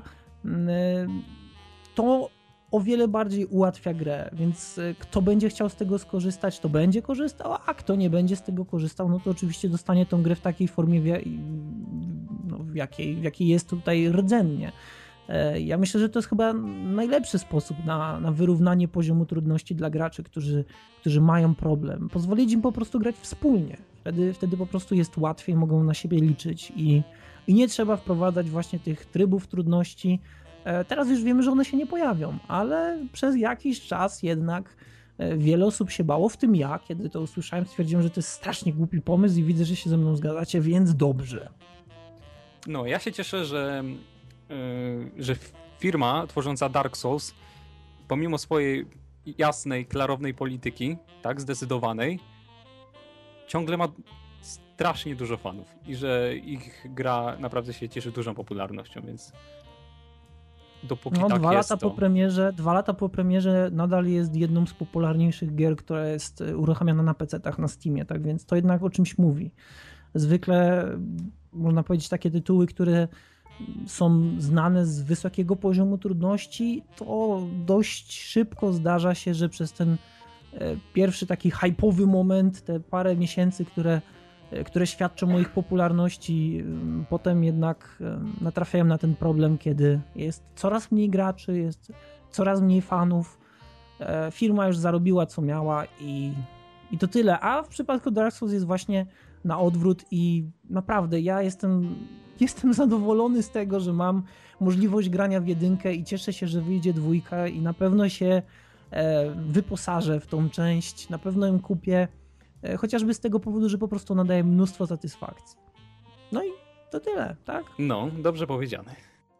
To o wiele bardziej ułatwia grę, więc kto będzie chciał z tego skorzystać, to będzie korzystał, a kto nie będzie z tego korzystał, no to oczywiście dostanie tą grę w takiej formie, w jakiej jest tutaj rdzennie. Ja myślę, że to jest chyba najlepszy sposób na wyrównanie poziomu trudności dla graczy, którzy mają problem. Pozwolić im po prostu grać wspólnie. Wtedy po prostu jest łatwiej, mogą na siebie liczyć i nie trzeba wprowadzać właśnie tych trybów trudności. Teraz już wiemy, że one się nie pojawią, ale przez jakiś czas jednak wiele osób się bało, w tym ja. Kiedy to usłyszałem, stwierdziłem, że to jest strasznie głupi pomysł i widzę, że się ze mną zgadzacie, więc dobrze.
No, ja się cieszę, że firma tworząca Dark Souls, pomimo swojej jasnej, klarownej polityki, tak, zdecydowanej, ciągle ma strasznie dużo fanów i że ich gra naprawdę się cieszy dużą popularnością, więc dopóki tak
2
jest,
lata
to...
po premierze, 2 lata po premierze nadal jest jedną z popularniejszych gier, która jest uruchamiana na PC-tach, na Steamie, tak więc to jednak o czymś mówi. Zwykle można powiedzieć takie tytuły, które są znane z wysokiego poziomu trudności, to dość szybko zdarza się, że przez ten pierwszy taki hype'owy moment, te parę miesięcy, które świadczą o ich popularności, potem jednak natrafiają na ten problem, kiedy jest coraz mniej graczy, jest coraz mniej fanów, firma już zarobiła co miała i to tyle, a w przypadku Dark Souls jest właśnie na odwrót i naprawdę ja jestem zadowolony z tego, że mam możliwość grania w 1 i cieszę się, że wyjdzie 2 i na pewno się wyposażę w tą część, na pewno ją kupię, chociażby z tego powodu, że po prostu nadaje mnóstwo satysfakcji. No i to tyle, tak?
No, dobrze powiedziane.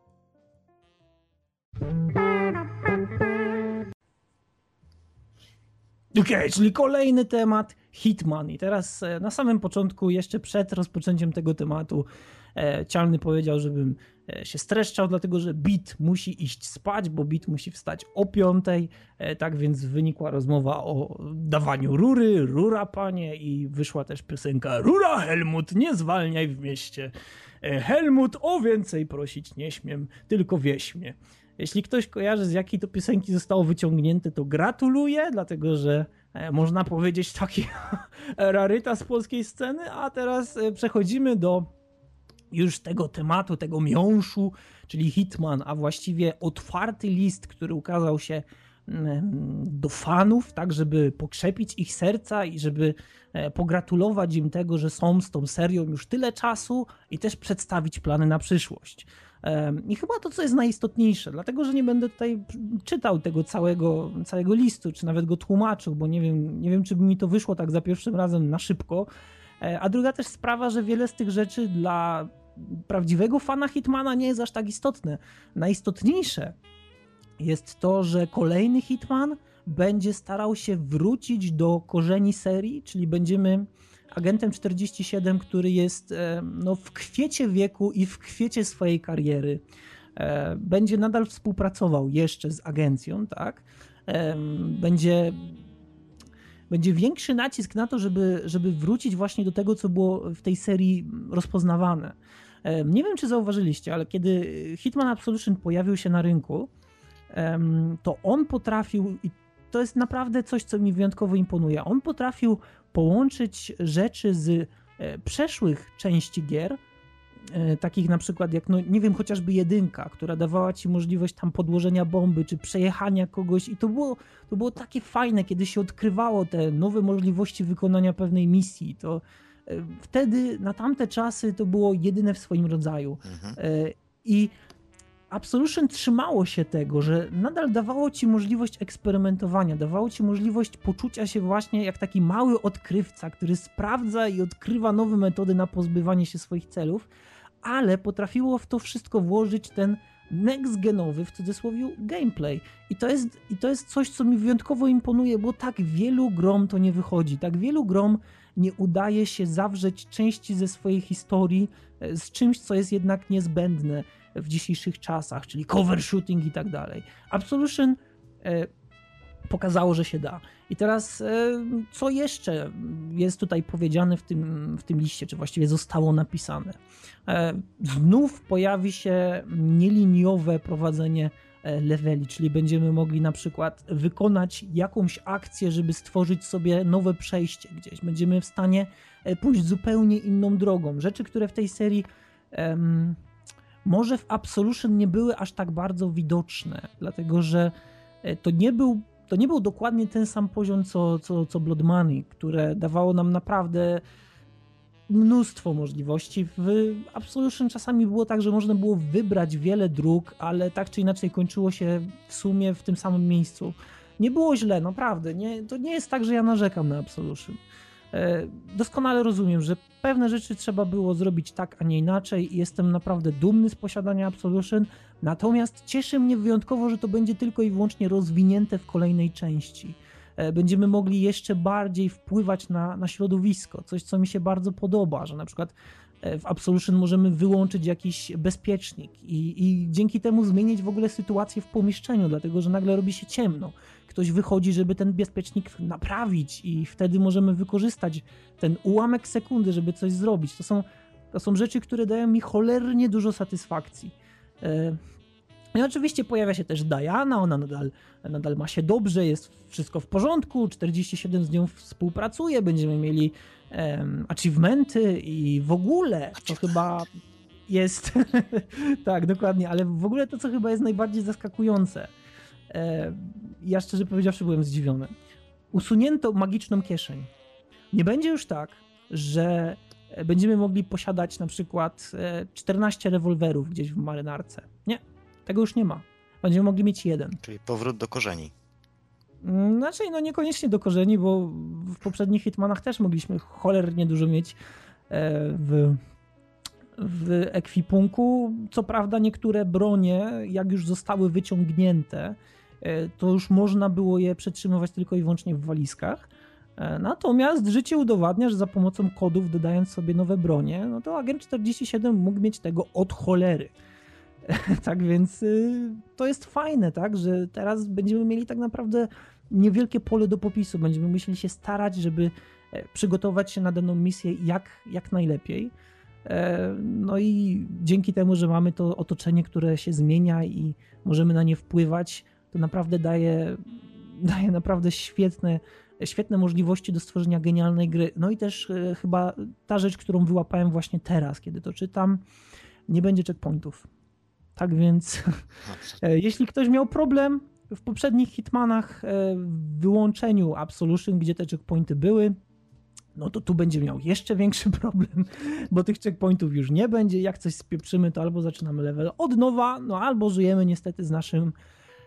Okej, czyli kolejny temat, Hitman. I teraz na samym początku, jeszcze przed rozpoczęciem tego tematu, Cialny powiedział, żebym się streszczał, dlatego że Bit musi iść spać, bo Bit musi wstać o 5. Tak więc wynikła rozmowa o dawaniu rury, rura panie i wyszła też piosenka Rura Helmut, nie zwalniaj w mieście. Helmut, o więcej prosić nie śmiem, tylko wieś mnie. Jeśli ktoś kojarzy, z jakiej to piosenki zostało wyciągnięte, to gratuluję, dlatego że można powiedzieć taki rarytas polskiej sceny, a teraz przechodzimy do już tego tematu, tego miąższu, czyli Hitman, a właściwie otwarty list, który ukazał się do fanów, tak żeby pokrzepić ich serca i żeby pogratulować im tego, że są z tą serią już tyle czasu i też przedstawić plany na przyszłość. I chyba to, co jest najistotniejsze, dlatego, że nie będę tutaj czytał tego całego listu, czy nawet go tłumaczył, bo nie wiem, czy by mi to wyszło tak za pierwszym razem na szybko, A druga też sprawa, że wiele z tych rzeczy dla prawdziwego fana Hitmana nie jest aż tak istotne. Najistotniejsze jest to, że kolejny Hitman będzie starał się wrócić do korzeni serii, czyli będziemy agentem 47, który jest w kwiecie wieku i w kwiecie swojej kariery. Będzie nadal współpracował jeszcze z agencją, tak? Będzie większy nacisk na to, żeby wrócić właśnie do tego, co było w tej serii rozpoznawane. Nie wiem, czy zauważyliście, ale kiedy Hitman Absolution pojawił się na rynku, to on potrafił, i to jest naprawdę coś, co mi wyjątkowo imponuje, on potrafił połączyć rzeczy z przeszłych części gier, takich na przykład jak, nie wiem, chociażby 1, która dawała ci możliwość tam podłożenia bomby, czy przejechania kogoś i to było takie fajne, kiedy się odkrywało te nowe możliwości wykonania pewnej misji, to wtedy, na tamte czasy, to było jedyne w swoim rodzaju. I Absolution trzymało się tego, że nadal dawało ci możliwość eksperymentowania, dawało ci możliwość poczucia się właśnie jak taki mały odkrywca, który sprawdza i odkrywa nowe metody na pozbywanie się swoich celów, ale potrafiło w to wszystko włożyć ten next-genowy, w cudzysłowie, gameplay. I to jest coś, co mi wyjątkowo imponuje, bo tak wielu grom to nie wychodzi. Tak wielu grom nie udaje się zawrzeć części ze swojej historii z czymś, co jest jednak niezbędne w dzisiejszych czasach, czyli cover shooting i tak dalej. Absolution pokazało, że się da. I teraz co jeszcze jest tutaj powiedziane w tym liście, czy właściwie zostało napisane? Znów pojawi się nieliniowe prowadzenie leveli, czyli będziemy mogli na przykład wykonać jakąś akcję, żeby stworzyć sobie nowe przejście gdzieś. Będziemy w stanie pójść zupełnie inną drogą. Rzeczy, które w tej serii może w Absolution nie były aż tak bardzo widoczne, dlatego że to nie był dokładnie ten sam poziom co Blood Money, które dawało nam naprawdę mnóstwo możliwości. W Absolution czasami było tak, że można było wybrać wiele dróg, ale tak czy inaczej kończyło się w sumie w tym samym miejscu. Nie było źle, naprawdę. To nie jest tak, że ja narzekam na Absolution. Doskonale rozumiem, że pewne rzeczy trzeba było zrobić tak, a nie inaczej i jestem naprawdę dumny z posiadania Absolution, natomiast cieszy mnie wyjątkowo, że to będzie tylko i wyłącznie rozwinięte w kolejnej części. Będziemy mogli jeszcze bardziej wpływać na środowisko, coś co mi się bardzo podoba, że na przykład w Absolution możemy wyłączyć jakiś bezpiecznik i dzięki temu zmienić w ogóle sytuację w pomieszczeniu, dlatego że nagle robi się ciemno. Ktoś wychodzi, żeby ten bezpiecznik naprawić i wtedy możemy wykorzystać ten ułamek sekundy, żeby coś zrobić. To są rzeczy, które dają mi cholernie dużo satysfakcji. I oczywiście pojawia się też Diana, ona nadal ma się dobrze, jest wszystko w porządku, 47 z nią współpracuje, będziemy mieli achievementy i w ogóle to chyba jest... tak, dokładnie, ale w ogóle to, co chyba jest najbardziej zaskakujące, ja szczerze powiedziawszy byłem zdziwiony. Usunięto magiczną kieszeń. Nie będzie już tak, że będziemy mogli posiadać na przykład 14 rewolwerów gdzieś w marynarce. Nie, tego już nie ma. Będziemy mogli mieć jeden.
Czyli powrót do korzeni.
Znaczy, niekoniecznie do korzeni, bo w poprzednich Hitmanach też mogliśmy cholernie dużo mieć w ekwipunku. Co prawda niektóre bronie, jak już zostały wyciągnięte, to już można było je przetrzymywać tylko i wyłącznie w walizkach. Natomiast życie udowadnia, że za pomocą kodów, dodając sobie nowe bronie, no to agent 47 mógł mieć tego od cholery. Tak więc to jest fajne, tak, że teraz będziemy mieli tak naprawdę niewielkie pole do popisu. Będziemy musieli się starać, żeby przygotować się na daną misję jak najlepiej. No i dzięki temu, że mamy to otoczenie, które się zmienia i możemy na nie wpływać, to naprawdę daje naprawdę świetne możliwości do stworzenia genialnej gry. No i też chyba ta rzecz, którą wyłapałem właśnie teraz, kiedy to czytam, nie będzie checkpointów. Tak więc jeśli ktoś miał problem w poprzednich Hitmanach w wyłączeniu Absolution, gdzie te checkpointy były, no to tu będzie miał jeszcze większy problem, bo tych checkpointów już nie będzie. Jak coś spieprzymy, to albo zaczynamy level od nowa, no albo żyjemy niestety z naszym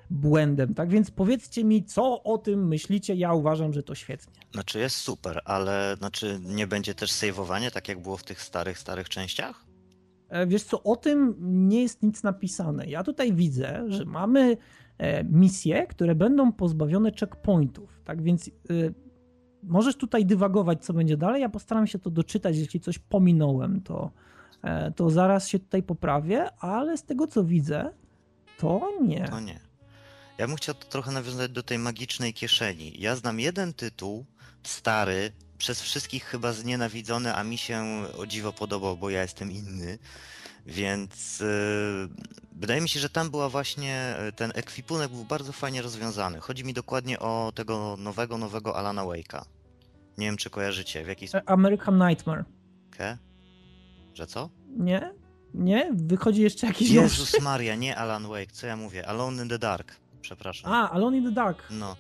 błędem. Tak więc powiedzcie mi, co o tym myślicie. Ja uważam, że to świetnie.
Znaczy jest super, ale nie będzie też saveowanie, tak jak było w tych starych częściach?
Wiesz co, o tym nie jest nic napisane. Ja tutaj widzę, że mamy misje, które będą pozbawione checkpointów. Tak więc możesz tutaj dywagować, co będzie dalej. Ja postaram się to doczytać. Jeśli coś pominąłem, to zaraz się tutaj poprawię, ale z tego, co widzę, to nie.
To nie. Ja bym chciał trochę nawiązać do tej magicznej kieszeni. Ja znam jeden tytuł, stary, przez wszystkich chyba znienawidzony, a mi się o dziwo podobał, bo ja jestem inny. Więc wydaje mi się, że tam była właśnie, ten ekwipunek był bardzo fajnie rozwiązany. Chodzi mi dokładnie o tego nowego Alana Wake'a. Nie wiem, czy kojarzycie, w jakiś sposób.
American Nightmare.
Że co?
Nie? Nie? Wychodzi jeszcze jakiś nowszy?
Jezus Maria, nie Alan Wake, co ja mówię? Alone in the Dark, przepraszam.
Alone in the Dark.
No.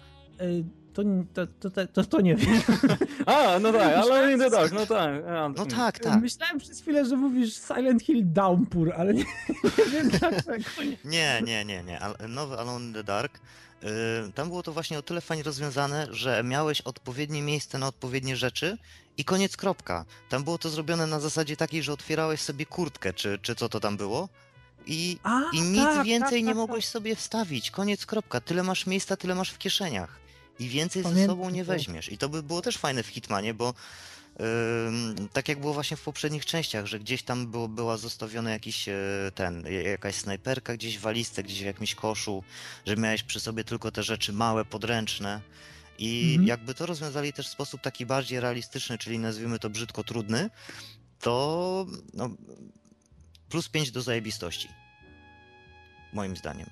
To nie wiem.
No tak, ale in the dark, no tak.
No tak.
Myślałem przez chwilę, że mówisz Silent Hill Downpour, ale nie wiem dlaczego.
Nie. Nowy Alone in the Dark. Tam było to właśnie o tyle fajnie rozwiązane, że miałeś odpowiednie miejsce na odpowiednie rzeczy i koniec, kropka. Tam było to zrobione na zasadzie takiej, że otwierałeś sobie kurtkę, czy co to tam było. I nic więcej nie mogłeś sobie wstawić. Koniec, kropka. Tyle masz miejsca, tyle masz w kieszeniach. I więcej ze sobą nie weźmiesz. I to by było też fajne w Hitmanie, bo tak jak było właśnie w poprzednich częściach, że gdzieś tam była zostawiona jakaś snajperka gdzieś w walizce, gdzieś w jakimś koszu, że miałeś przy sobie tylko te rzeczy małe, podręczne. I jakby to rozwiązali też w sposób taki bardziej realistyczny, czyli nazwijmy to brzydko trudny, to plus 5 do zajebistości. Moim zdaniem.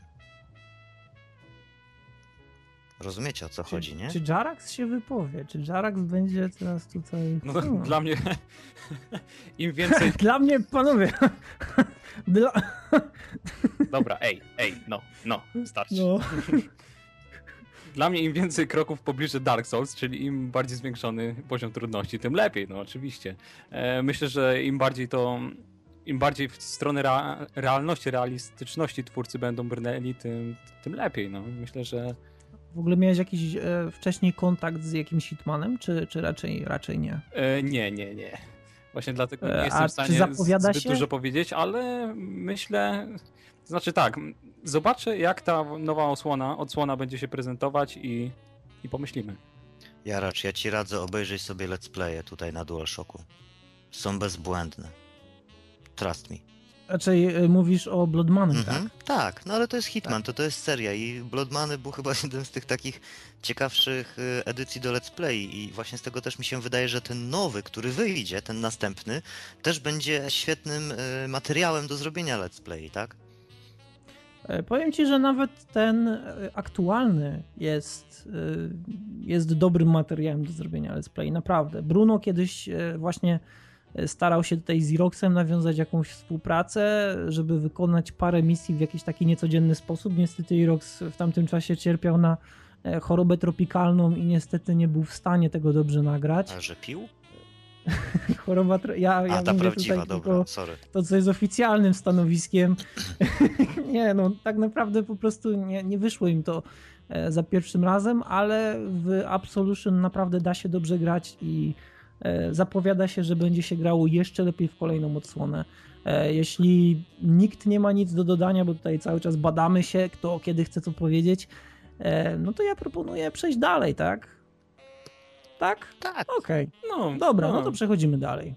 Rozumiecie, o co chodzi, nie?
Czy Jarax się wypowie? Czy Jarax będzie teraz tutaj...
No, dla mnie im więcej...
Dla mnie, panowie...
Dobra, starczy. No. Dla mnie im więcej kroków w pobliżu Dark Souls, czyli im bardziej zwiększony poziom trudności, tym lepiej, no oczywiście. Myślę, że im bardziej w stronę realności, realistyczności twórcy będą brnęli, tym lepiej, no. Myślę, że...
W ogóle miałeś jakiś wcześniej kontakt z jakimś Hitmanem, czy raczej nie?
Nie. Właśnie dlatego nie jestem w stanie zbyt dużo powiedzieć, ale myślę... Znaczy tak, zobaczę jak ta nowa odsłona będzie się prezentować i pomyślimy.
Jaracz, ja ci radzę obejrzeć sobie let's playe tutaj na DualShocku. Są bezbłędne. Trust me.
Raczej mówisz o Bloodmanem, tak?
Tak, no ale to jest Hitman, to jest seria i Bloodmany był chyba jeden z tych takich ciekawszych edycji do let's play i właśnie z tego też mi się wydaje, że ten nowy, który wyjdzie, ten następny, też będzie świetnym materiałem do zrobienia let's play, tak?
Powiem ci, że nawet ten aktualny jest dobrym materiałem do zrobienia let's play, naprawdę. Bruno kiedyś właśnie starał się tutaj z Xeroxem nawiązać jakąś współpracę, żeby wykonać parę misji w jakiś taki niecodzienny sposób. Niestety Xerox w tamtym czasie cierpiał na chorobę tropikalną i niestety nie był w stanie tego dobrze nagrać.
A że pił?
Choroba... Ja
ta
mówię
prawdziwa,
tutaj
dobra, sorry.
To, co jest oficjalnym stanowiskiem. Nie, no tak naprawdę po prostu nie wyszło im to za pierwszym razem, ale w Absolution naprawdę da się dobrze grać i zapowiada się, że będzie się grało jeszcze lepiej w kolejną odsłonę. Jeśli nikt nie ma nic do dodania, bo tutaj cały czas badamy się, kto kiedy chce co powiedzieć, no to ja proponuję przejść dalej, tak? Tak?
Tak.
Okej.
No,
dobra, no to przechodzimy dalej.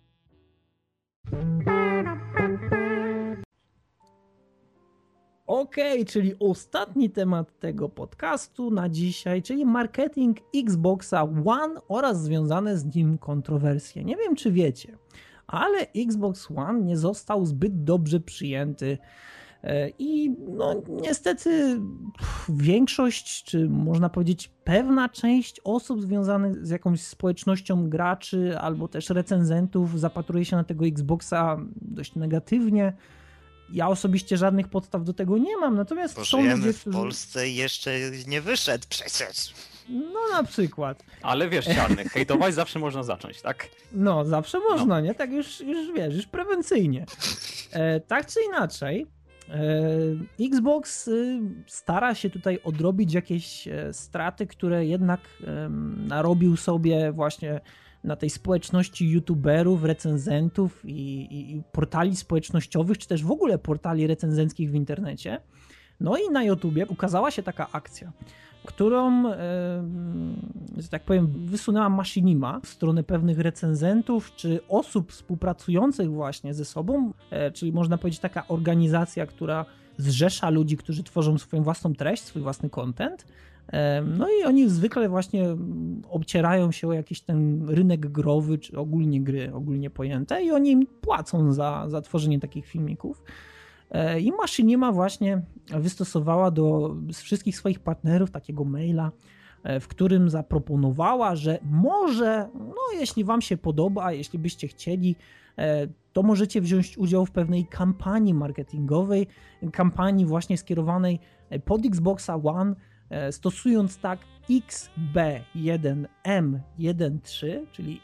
Okej, czyli ostatni temat tego podcastu na dzisiaj, czyli marketing Xboxa One oraz związane z nim kontrowersje. Nie wiem, czy wiecie, ale Xbox One nie został zbyt dobrze przyjęty i no niestety większość, czy można powiedzieć pewna część osób związanych z jakąś społecznością graczy albo też recenzentów zapatruje się na tego Xboxa dość negatywnie. Ja osobiście żadnych podstaw do tego nie mam, natomiast
Bo
są
żyjemy
ludzie,
w Polsce i jeszcze nie wyszedł przecież.
No na przykład.
Ale wiesz, Czarny, hejtować zawsze można zacząć, tak?
No, zawsze można, nie? Tak już wiesz, już prewencyjnie. Tak czy inaczej, Xbox stara się tutaj odrobić jakieś straty, które jednak narobił sobie właśnie na tej społeczności youtuberów, recenzentów i portali społecznościowych, czy też w ogóle portali recenzenckich w internecie. No i na YouTubie ukazała się taka akcja, którą, że tak powiem, wysunęła Machinima w stronę pewnych recenzentów czy osób współpracujących właśnie ze sobą, czyli można powiedzieć taka organizacja, która zrzesza ludzi, którzy tworzą swoją własną treść, swój własny content. No i oni zwykle właśnie obcierają się o jakiś ten rynek growy, czy ogólnie gry, ogólnie pojęte, i oni im płacą za tworzenie takich filmików. I Machinima właśnie wystosowała z wszystkich swoich partnerów takiego maila, w którym zaproponowała, że może, no jeśli wam się podoba, jeśli byście chcieli, to możecie wziąć udział w pewnej kampanii marketingowej, kampanii właśnie skierowanej pod Xboxa One, stosując tak XB1M13, czyli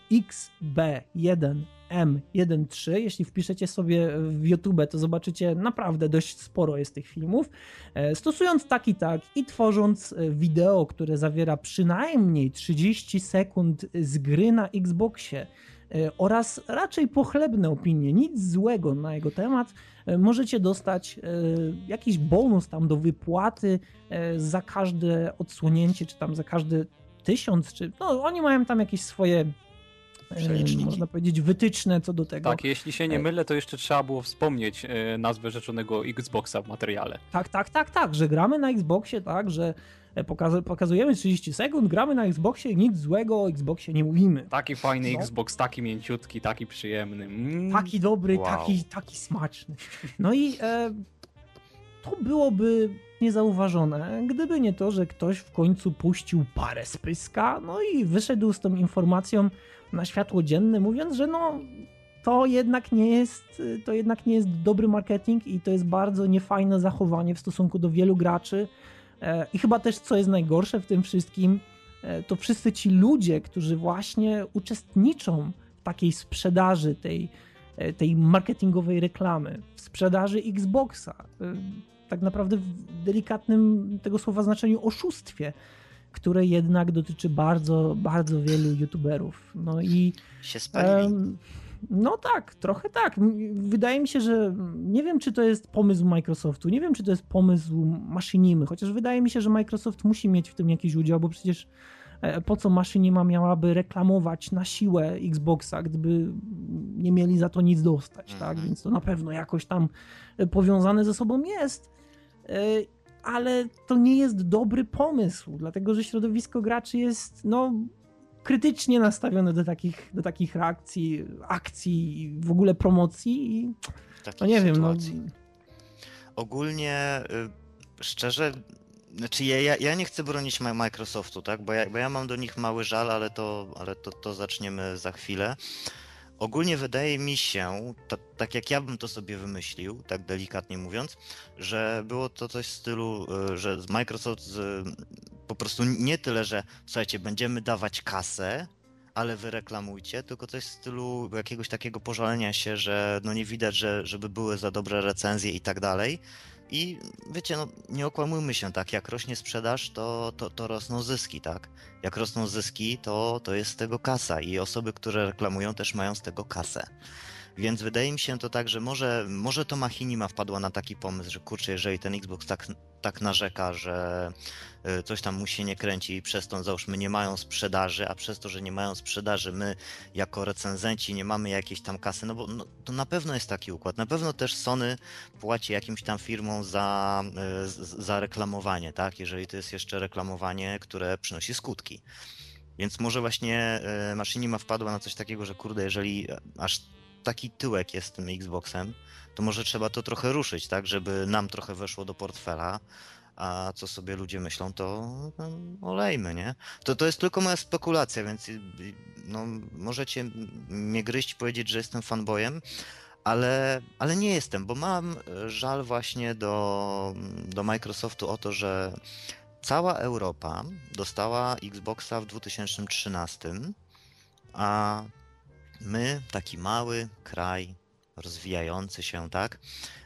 XB1M13. Jeśli wpiszecie sobie w YouTube, to zobaczycie, naprawdę dość sporo jest tych filmów. Stosując tak i tworząc wideo, które zawiera przynajmniej 30 sekund z gry na Xboxie oraz raczej pochlebne opinie, nic złego na jego temat, możecie dostać jakiś bonus tam do wypłaty za każde odsłonięcie, czy tam za każdy 1000, czy no oni mają tam jakieś swoje, można powiedzieć, wytyczne co do tego.
Tak, jeśli się nie mylę, to jeszcze trzeba było wspomnieć nazwę rzeczonego Xboxa w materiale.
Tak, że gramy na Xboxie, tak, że pokazujemy 30 sekund, gramy na Xboxie, nic złego o Xboxie nie mówimy.
Taki fajny Xbox, taki mięciutki, taki przyjemny.
Taki dobry,
Wow.
taki smaczny. No i to byłoby niezauważone, gdyby nie to, że ktoś w końcu puścił parę z pyska, no i wyszedł z tą informacją na światło dzienne, mówiąc, że no to jednak nie jest dobry marketing i to jest bardzo niefajne zachowanie w stosunku do wielu graczy. I chyba też, co jest najgorsze w tym wszystkim, to wszyscy ci ludzie, którzy właśnie uczestniczą w takiej sprzedaży, tej marketingowej reklamy, w sprzedaży Xboxa, tak naprawdę w delikatnym tego słowa znaczeniu oszustwie, które jednak dotyczy bardzo, bardzo wielu youtuberów. No i
Się spalili.
no tak, trochę tak. Wydaje mi się, że nie wiem, czy to jest pomysł Microsoftu, nie wiem, czy to jest pomysł Machinimy, chociaż wydaje mi się, że Microsoft musi mieć w tym jakiś udział, bo przecież po co Machinima miałaby reklamować na siłę Xboxa, gdyby nie mieli za to nic dostać, tak? Więc to na pewno jakoś tam powiązane ze sobą jest, ale to nie jest dobry pomysł, dlatego że środowisko graczy jest, no, krytycznie nastawione do takich reakcji, akcji i w ogóle promocji i
Takich
no nie wiem, no
sytuacji. Ogólnie, szczerze, znaczy ja nie chcę bronić Microsoftu, tak? Bo ja mam do nich mały żal, ale to zaczniemy za chwilę. Ogólnie wydaje mi się, tak jak ja bym to sobie wymyślił, tak delikatnie mówiąc, że było to coś w stylu, że Microsoft po prostu nie tyle, że słuchajcie, będziemy dawać kasę, ale wy reklamujcie, tylko coś w stylu jakiegoś takiego pożalenia się, że no nie widać, żeby były za dobre recenzje i tak dalej. I wiecie, no nie okłamujmy się, tak, jak rośnie sprzedaż, to rosną zyski, tak? Jak rosną zyski, to jest z tego kasa i osoby, które reklamują, też mają z tego kasę. Więc wydaje mi się to tak, że może to Machinima wpadła na taki pomysł, że kurczę, jeżeli ten Xbox tak narzeka, że coś tam mu się nie kręci i przez to załóżmy nie mają sprzedaży, a przez to, że nie mają sprzedaży, my jako recenzenci nie mamy jakiejś tam kasy, no bo no, to na pewno jest taki układ. Na pewno też Sony płaci jakimś tam firmom za reklamowanie, tak? Jeżeli to jest jeszcze reklamowanie, które przynosi skutki. Więc może właśnie Machinima wpadła na coś takiego, że kurde, jeżeli aż taki tyłek jest z tym Xboxem, to może trzeba to trochę ruszyć, tak, żeby nam trochę weszło do portfela, a co sobie ludzie myślą, to olejmy, nie? To jest tylko moja spekulacja, więc no, możecie mnie gryźć, powiedzieć, że jestem fanboyem, ale nie jestem, bo mam żal właśnie do Microsoftu o to, że cała Europa dostała Xboxa w 2013, a my, taki mały kraj, rozwijający się, tak,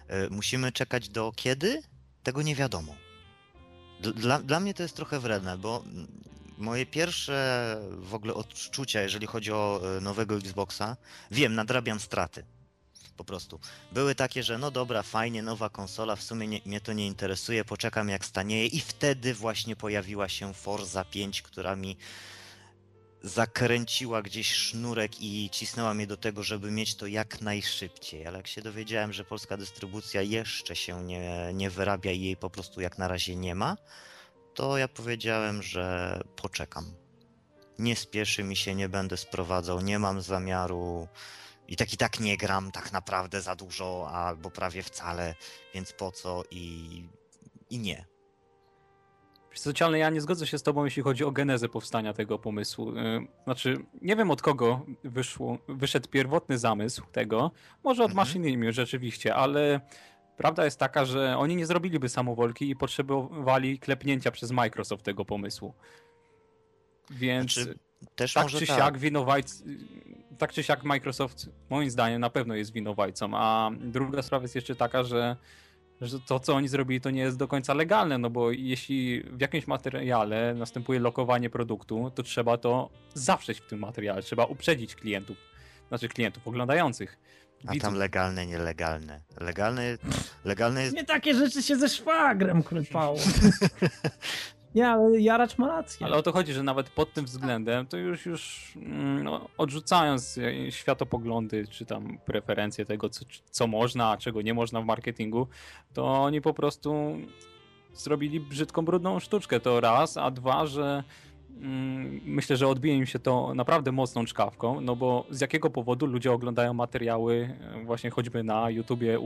Musimy czekać do kiedy? Tego nie wiadomo. Dla mnie to jest trochę wredne, bo moje pierwsze w ogóle odczucia, jeżeli chodzi o nowego Xboxa, wiem, nadrabiam straty. Po prostu. Były takie, że no dobra, fajnie, nowa konsola, w sumie mnie to nie interesuje, poczekam jak stanieje i wtedy właśnie pojawiła się Forza 5, która mi zakręciła gdzieś sznurek i cisnęła mnie do tego, żeby mieć to jak najszybciej. Ale jak się dowiedziałem, że polska dystrybucja jeszcze się nie wyrabia i jej po prostu jak na razie nie ma, to ja powiedziałem, że poczekam. Nie spieszy mi się, nie będę sprowadzał, nie mam zamiaru i tak nie gram tak naprawdę za dużo albo prawie wcale, więc po co i nie.
Specjalnie ja nie zgodzę się z tobą, jeśli chodzi o genezę powstania tego pomysłu. Znaczy, nie wiem od kogo wyszedł pierwotny zamysł tego, może od Machinima rzeczywiście, ale prawda jest taka, że oni nie zrobiliby samowolki i potrzebowali klepnięcia przez Microsoft tego pomysłu. Więc
Znaczy, też
tak
może
czy
tak.
siak tak czy siak Microsoft moim zdaniem na pewno jest winowajcą, a druga sprawa jest jeszcze taka, że to, co oni zrobili, to nie jest do końca legalne, no bo jeśli w jakimś materiale następuje lokowanie produktu, to trzeba to zawrzeć w tym materiale, trzeba uprzedzić klientów oglądających.
A tam legalne, nielegalne. Legalne jest...
Nie takie rzeczy się ze szwagrem klepało. Nie, ale Jaracz ma rację.
Ale o to chodzi, że nawet pod tym względem, to już odrzucając światopoglądy, czy tam preferencje tego, co można, a czego nie można w marketingu, to oni po prostu zrobili brzydką, brudną sztuczkę, to raz, a dwa, że myślę, że odbije im się to naprawdę mocną czkawką, no bo z jakiego powodu ludzie oglądają materiały właśnie choćby na YouTubie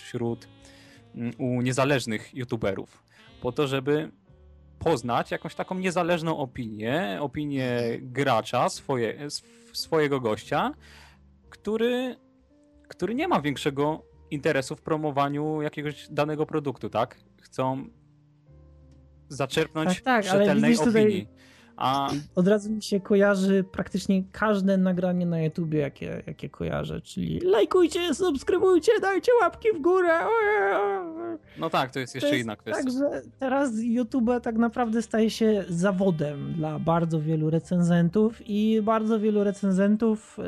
u niezależnych YouTuberów, po to, żeby poznać jakąś taką niezależną opinię gracza, swojego gościa, który nie ma większego interesu w promowaniu jakiegoś danego produktu, tak? Chcą zaczerpnąć rzetelnej opinii.
Od razu mi się kojarzy praktycznie każde nagranie na YouTubie, jakie kojarzę, czyli lajkujcie, subskrybujcie, dajcie łapki w górę.
No tak, to jest jeszcze inna kwestia.
Także teraz YouTube tak naprawdę staje się zawodem dla bardzo wielu recenzentów i bardzo wielu recenzentów,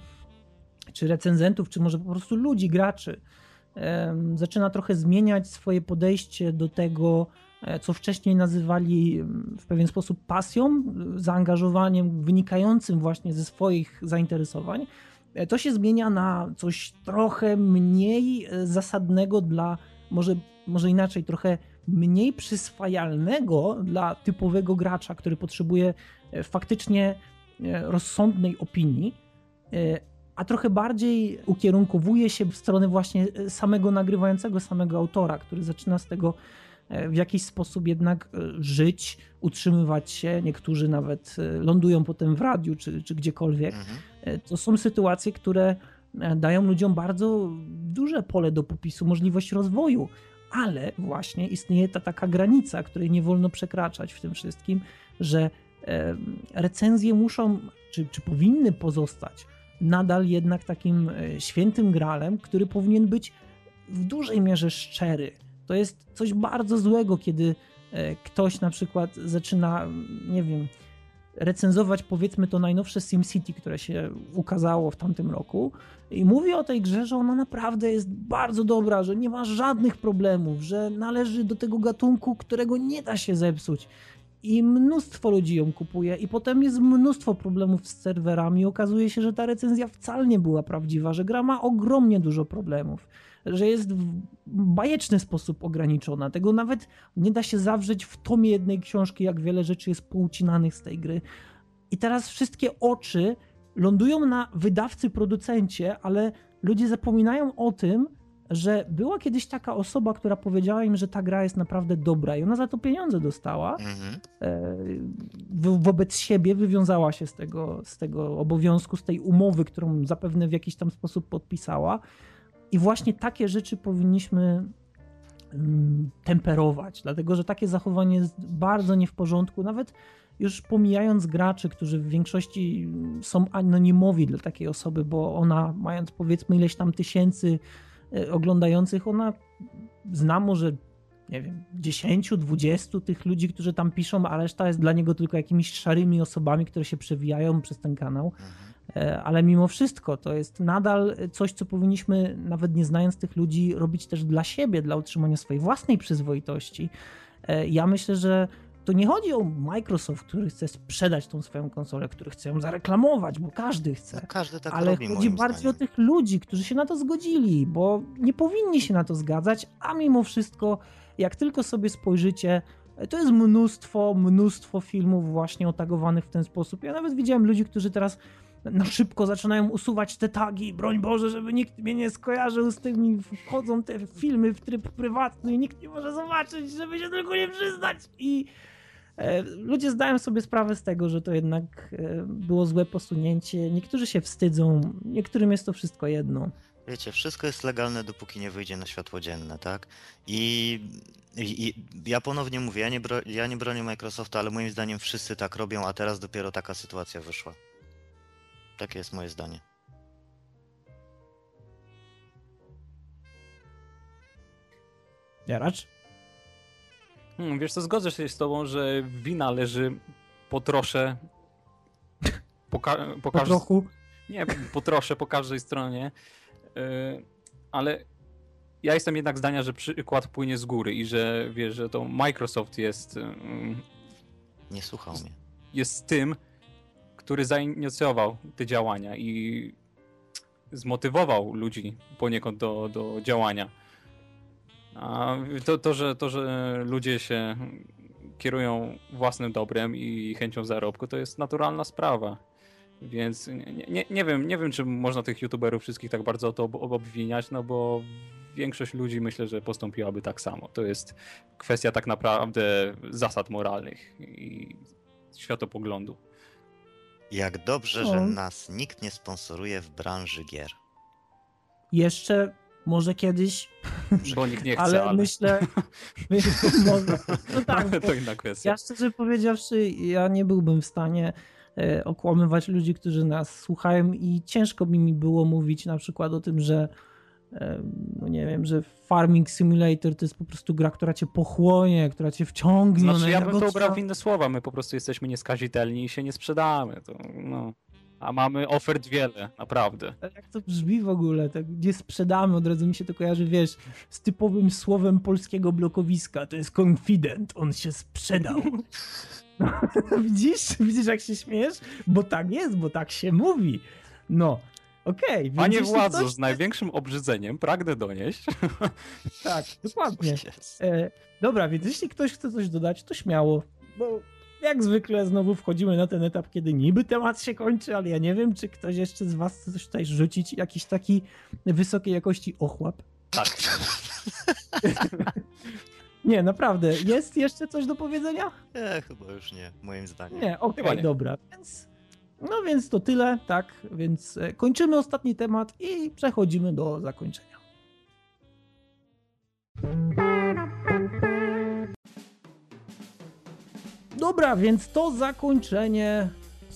czy może po prostu ludzi, graczy, zaczyna trochę zmieniać swoje podejście do tego, co wcześniej nazywali w pewien sposób pasją, zaangażowaniem wynikającym właśnie ze swoich zainteresowań. To się zmienia na coś trochę mniej zasadnego dla, może inaczej, trochę mniej przyswajalnego dla typowego gracza, który potrzebuje faktycznie rozsądnej opinii, a trochę bardziej ukierunkowuje się w stronę właśnie samego nagrywającego, samego autora, który zaczyna z tego w jakiś sposób jednak żyć, utrzymywać się. Niektórzy nawet lądują potem w radiu czy gdziekolwiek. To są sytuacje, które dają ludziom bardzo duże pole do popisu, możliwość rozwoju, ale właśnie istnieje ta taka granica, której nie wolno przekraczać w tym wszystkim, że recenzje muszą, czy powinny pozostać nadal jednak takim świętym gralem, który powinien być w dużej mierze szczery. To jest coś bardzo złego, kiedy ktoś na przykład zaczyna, nie wiem, recenzować powiedzmy to najnowsze SimCity, które się ukazało w tamtym roku i mówi o tej grze, że ona naprawdę jest bardzo dobra, że nie ma żadnych problemów, że należy do tego gatunku, którego nie da się zepsuć. I mnóstwo ludzi ją kupuje i potem jest mnóstwo problemów z serwerami. Okazuje się, że ta recenzja wcale nie była prawdziwa, że gra ma ogromnie dużo problemów, że jest w bajeczny sposób ograniczona. Tego nawet nie da się zawrzeć w tomie jednej książki, jak wiele rzeczy jest poucinanych z tej gry. I teraz wszystkie oczy lądują na wydawcy, producencie, ale ludzie zapominają o tym, że była kiedyś taka osoba, która powiedziała im, że ta gra jest naprawdę dobra i ona za to pieniądze dostała. Wobec siebie wywiązała się z tego obowiązku, z tej umowy, którą zapewne w jakiś tam sposób podpisała. I właśnie takie rzeczy powinniśmy temperować, dlatego że takie zachowanie jest bardzo nie w porządku, nawet już pomijając graczy, którzy w większości są anonimowi dla takiej osoby, bo ona, mając powiedzmy ileś tam tysięcy oglądających, ona znam może, nie wiem, 10, 20 tych ludzi, którzy tam piszą, a reszta jest dla niego tylko jakimiś szarymi osobami, które się przewijają przez ten kanał. Ale mimo wszystko to jest nadal coś, co powinniśmy, nawet nie znając tych ludzi, robić też dla siebie, dla utrzymania swojej własnej przyzwoitości. Ja myślę, że to nie chodzi o Microsoft, który chce sprzedać tą swoją konsolę, który chce ją zareklamować, bo każdy chce.
No, każdy tak
ale
robi,
chodzi
moim
bardziej
zdaniem.
o tych ludzi, którzy się na to zgodzili, bo nie powinni się na to zgadzać, a mimo wszystko, jak tylko sobie spojrzycie, to jest mnóstwo filmów właśnie otagowanych w ten sposób. Ja nawet widziałem ludzi, którzy teraz na szybko zaczynają usuwać te tagi, broń Boże, żeby nikt mnie nie skojarzył z tymi, wchodzą te filmy w tryb prywatny i nikt nie może zobaczyć, żeby się tylko nie przyznać. I ludzie zdają sobie sprawę z tego, że to jednak było złe posunięcie. Niektórzy się wstydzą, niektórym jest to wszystko jedno.
Wiecie, wszystko jest legalne, dopóki nie wyjdzie na światło dzienne, tak? I ja ponownie mówię, ja nie bronię Microsoftu, ale moim zdaniem wszyscy tak robią, a teraz dopiero taka sytuacja wyszła. Takie jest moje zdanie.
Jaracz?
Wiesz co, zgodzę się z tobą, że wina leży po trosze,
Po trochu.
Nie, po trosze, po każdej stronie, ale ja jestem jednak zdania, że przykład płynie z góry i że wiesz, że to Microsoft jest
Nie słuchał mnie.
jest tym, który zainicjował te działania i zmotywował ludzi poniekąd do działania. A to, że ludzie się kierują własnym dobrem i chęcią zarobku, to jest naturalna sprawa. Więc nie wiem, czy można tych youtuberów wszystkich tak bardzo o to obwiniać, no bo większość ludzi myślę, że postąpiłaby tak samo. To jest kwestia tak naprawdę zasad moralnych i światopoglądu.
Jak dobrze, że nas nikt nie sponsoruje w branży gier.
Jeszcze może kiedyś,
Bo nikt nie chce,
ale myślę, może, no tak,
to inna kwestia.
ja szczerze powiedziawszy, ja nie byłbym w stanie okłamywać ludzi, którzy nas słuchają i ciężko by mi było mówić na przykład o tym, że no nie wiem, że Farming Simulator to jest po prostu gra, która cię pochłonie, która cię wciągnie.
Znaczy ja bym to ubrał w inne słowa, my po prostu jesteśmy nieskazitelni i się nie sprzedamy. To, no. A mamy ofert wiele, naprawdę.
Jak to brzmi w ogóle? Tak, nie sprzedamy, od razu mi się to kojarzy, wiesz, z typowym słowem polskiego blokowiska. To jest confident, on się sprzedał. No, widzisz jak się śmiejesz? Bo tak jest, bo tak się mówi. No, okej.
Panie władzo, z największym obrzydzeniem pragnę donieść.
Tak, dokładnie. Dobra, więc jeśli ktoś chce coś dodać, to śmiało, bo jak zwykle znowu wchodzimy na ten etap, kiedy niby temat się kończy, ale ja nie wiem, czy ktoś jeszcze z was chce coś tutaj rzucić, jakiś taki wysokiej jakości ochłap.
Tak.
Nie, naprawdę. Jest jeszcze coś do powiedzenia?
Nie, chyba już nie, moim zdaniem.
Nie, okej,
Chyba nie.
dobra. Więc to tyle, tak. Więc kończymy ostatni temat i przechodzimy do zakończenia. Dobra, więc to zakończenie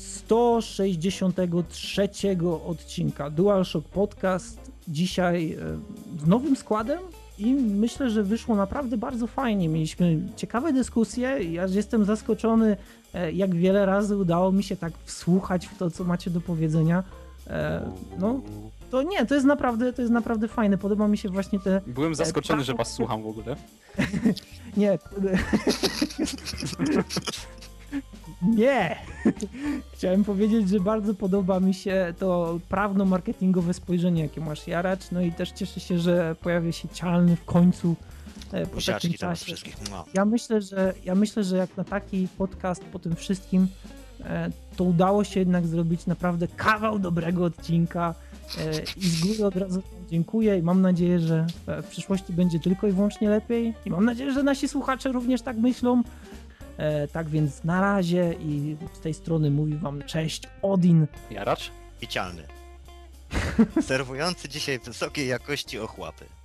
163 odcinka DualShock Podcast. Dzisiaj z nowym składem i myślę, że wyszło naprawdę bardzo fajnie. Mieliśmy ciekawe dyskusje. Ja jestem zaskoczony, jak wiele razy udało mi się tak wsłuchać w to, co macie do powiedzenia. No, to jest naprawdę fajne. Podoba mi się właśnie te...
Byłem zaskoczony, że was słucham w ogóle.
Nie. Nie. Chciałem powiedzieć, że bardzo podoba mi się to prawno-marketingowe spojrzenie, jakie masz, Jaracz. No i też cieszę się, że pojawia się Cialny w końcu po takim czasie.
Wszystkich. No.
Ja myślę, że jak na taki podcast po tym wszystkim, to udało się jednak zrobić naprawdę kawał dobrego odcinka i z góry od razu dziękuję i mam nadzieję, że w przyszłości będzie tylko i wyłącznie lepiej i mam nadzieję, że nasi słuchacze również tak myślą. Tak więc na razie i z tej strony mówi wam cześć Odin.
Jaracz?
I Cialny. Serwujący dzisiaj wysokiej jakości ochłapy.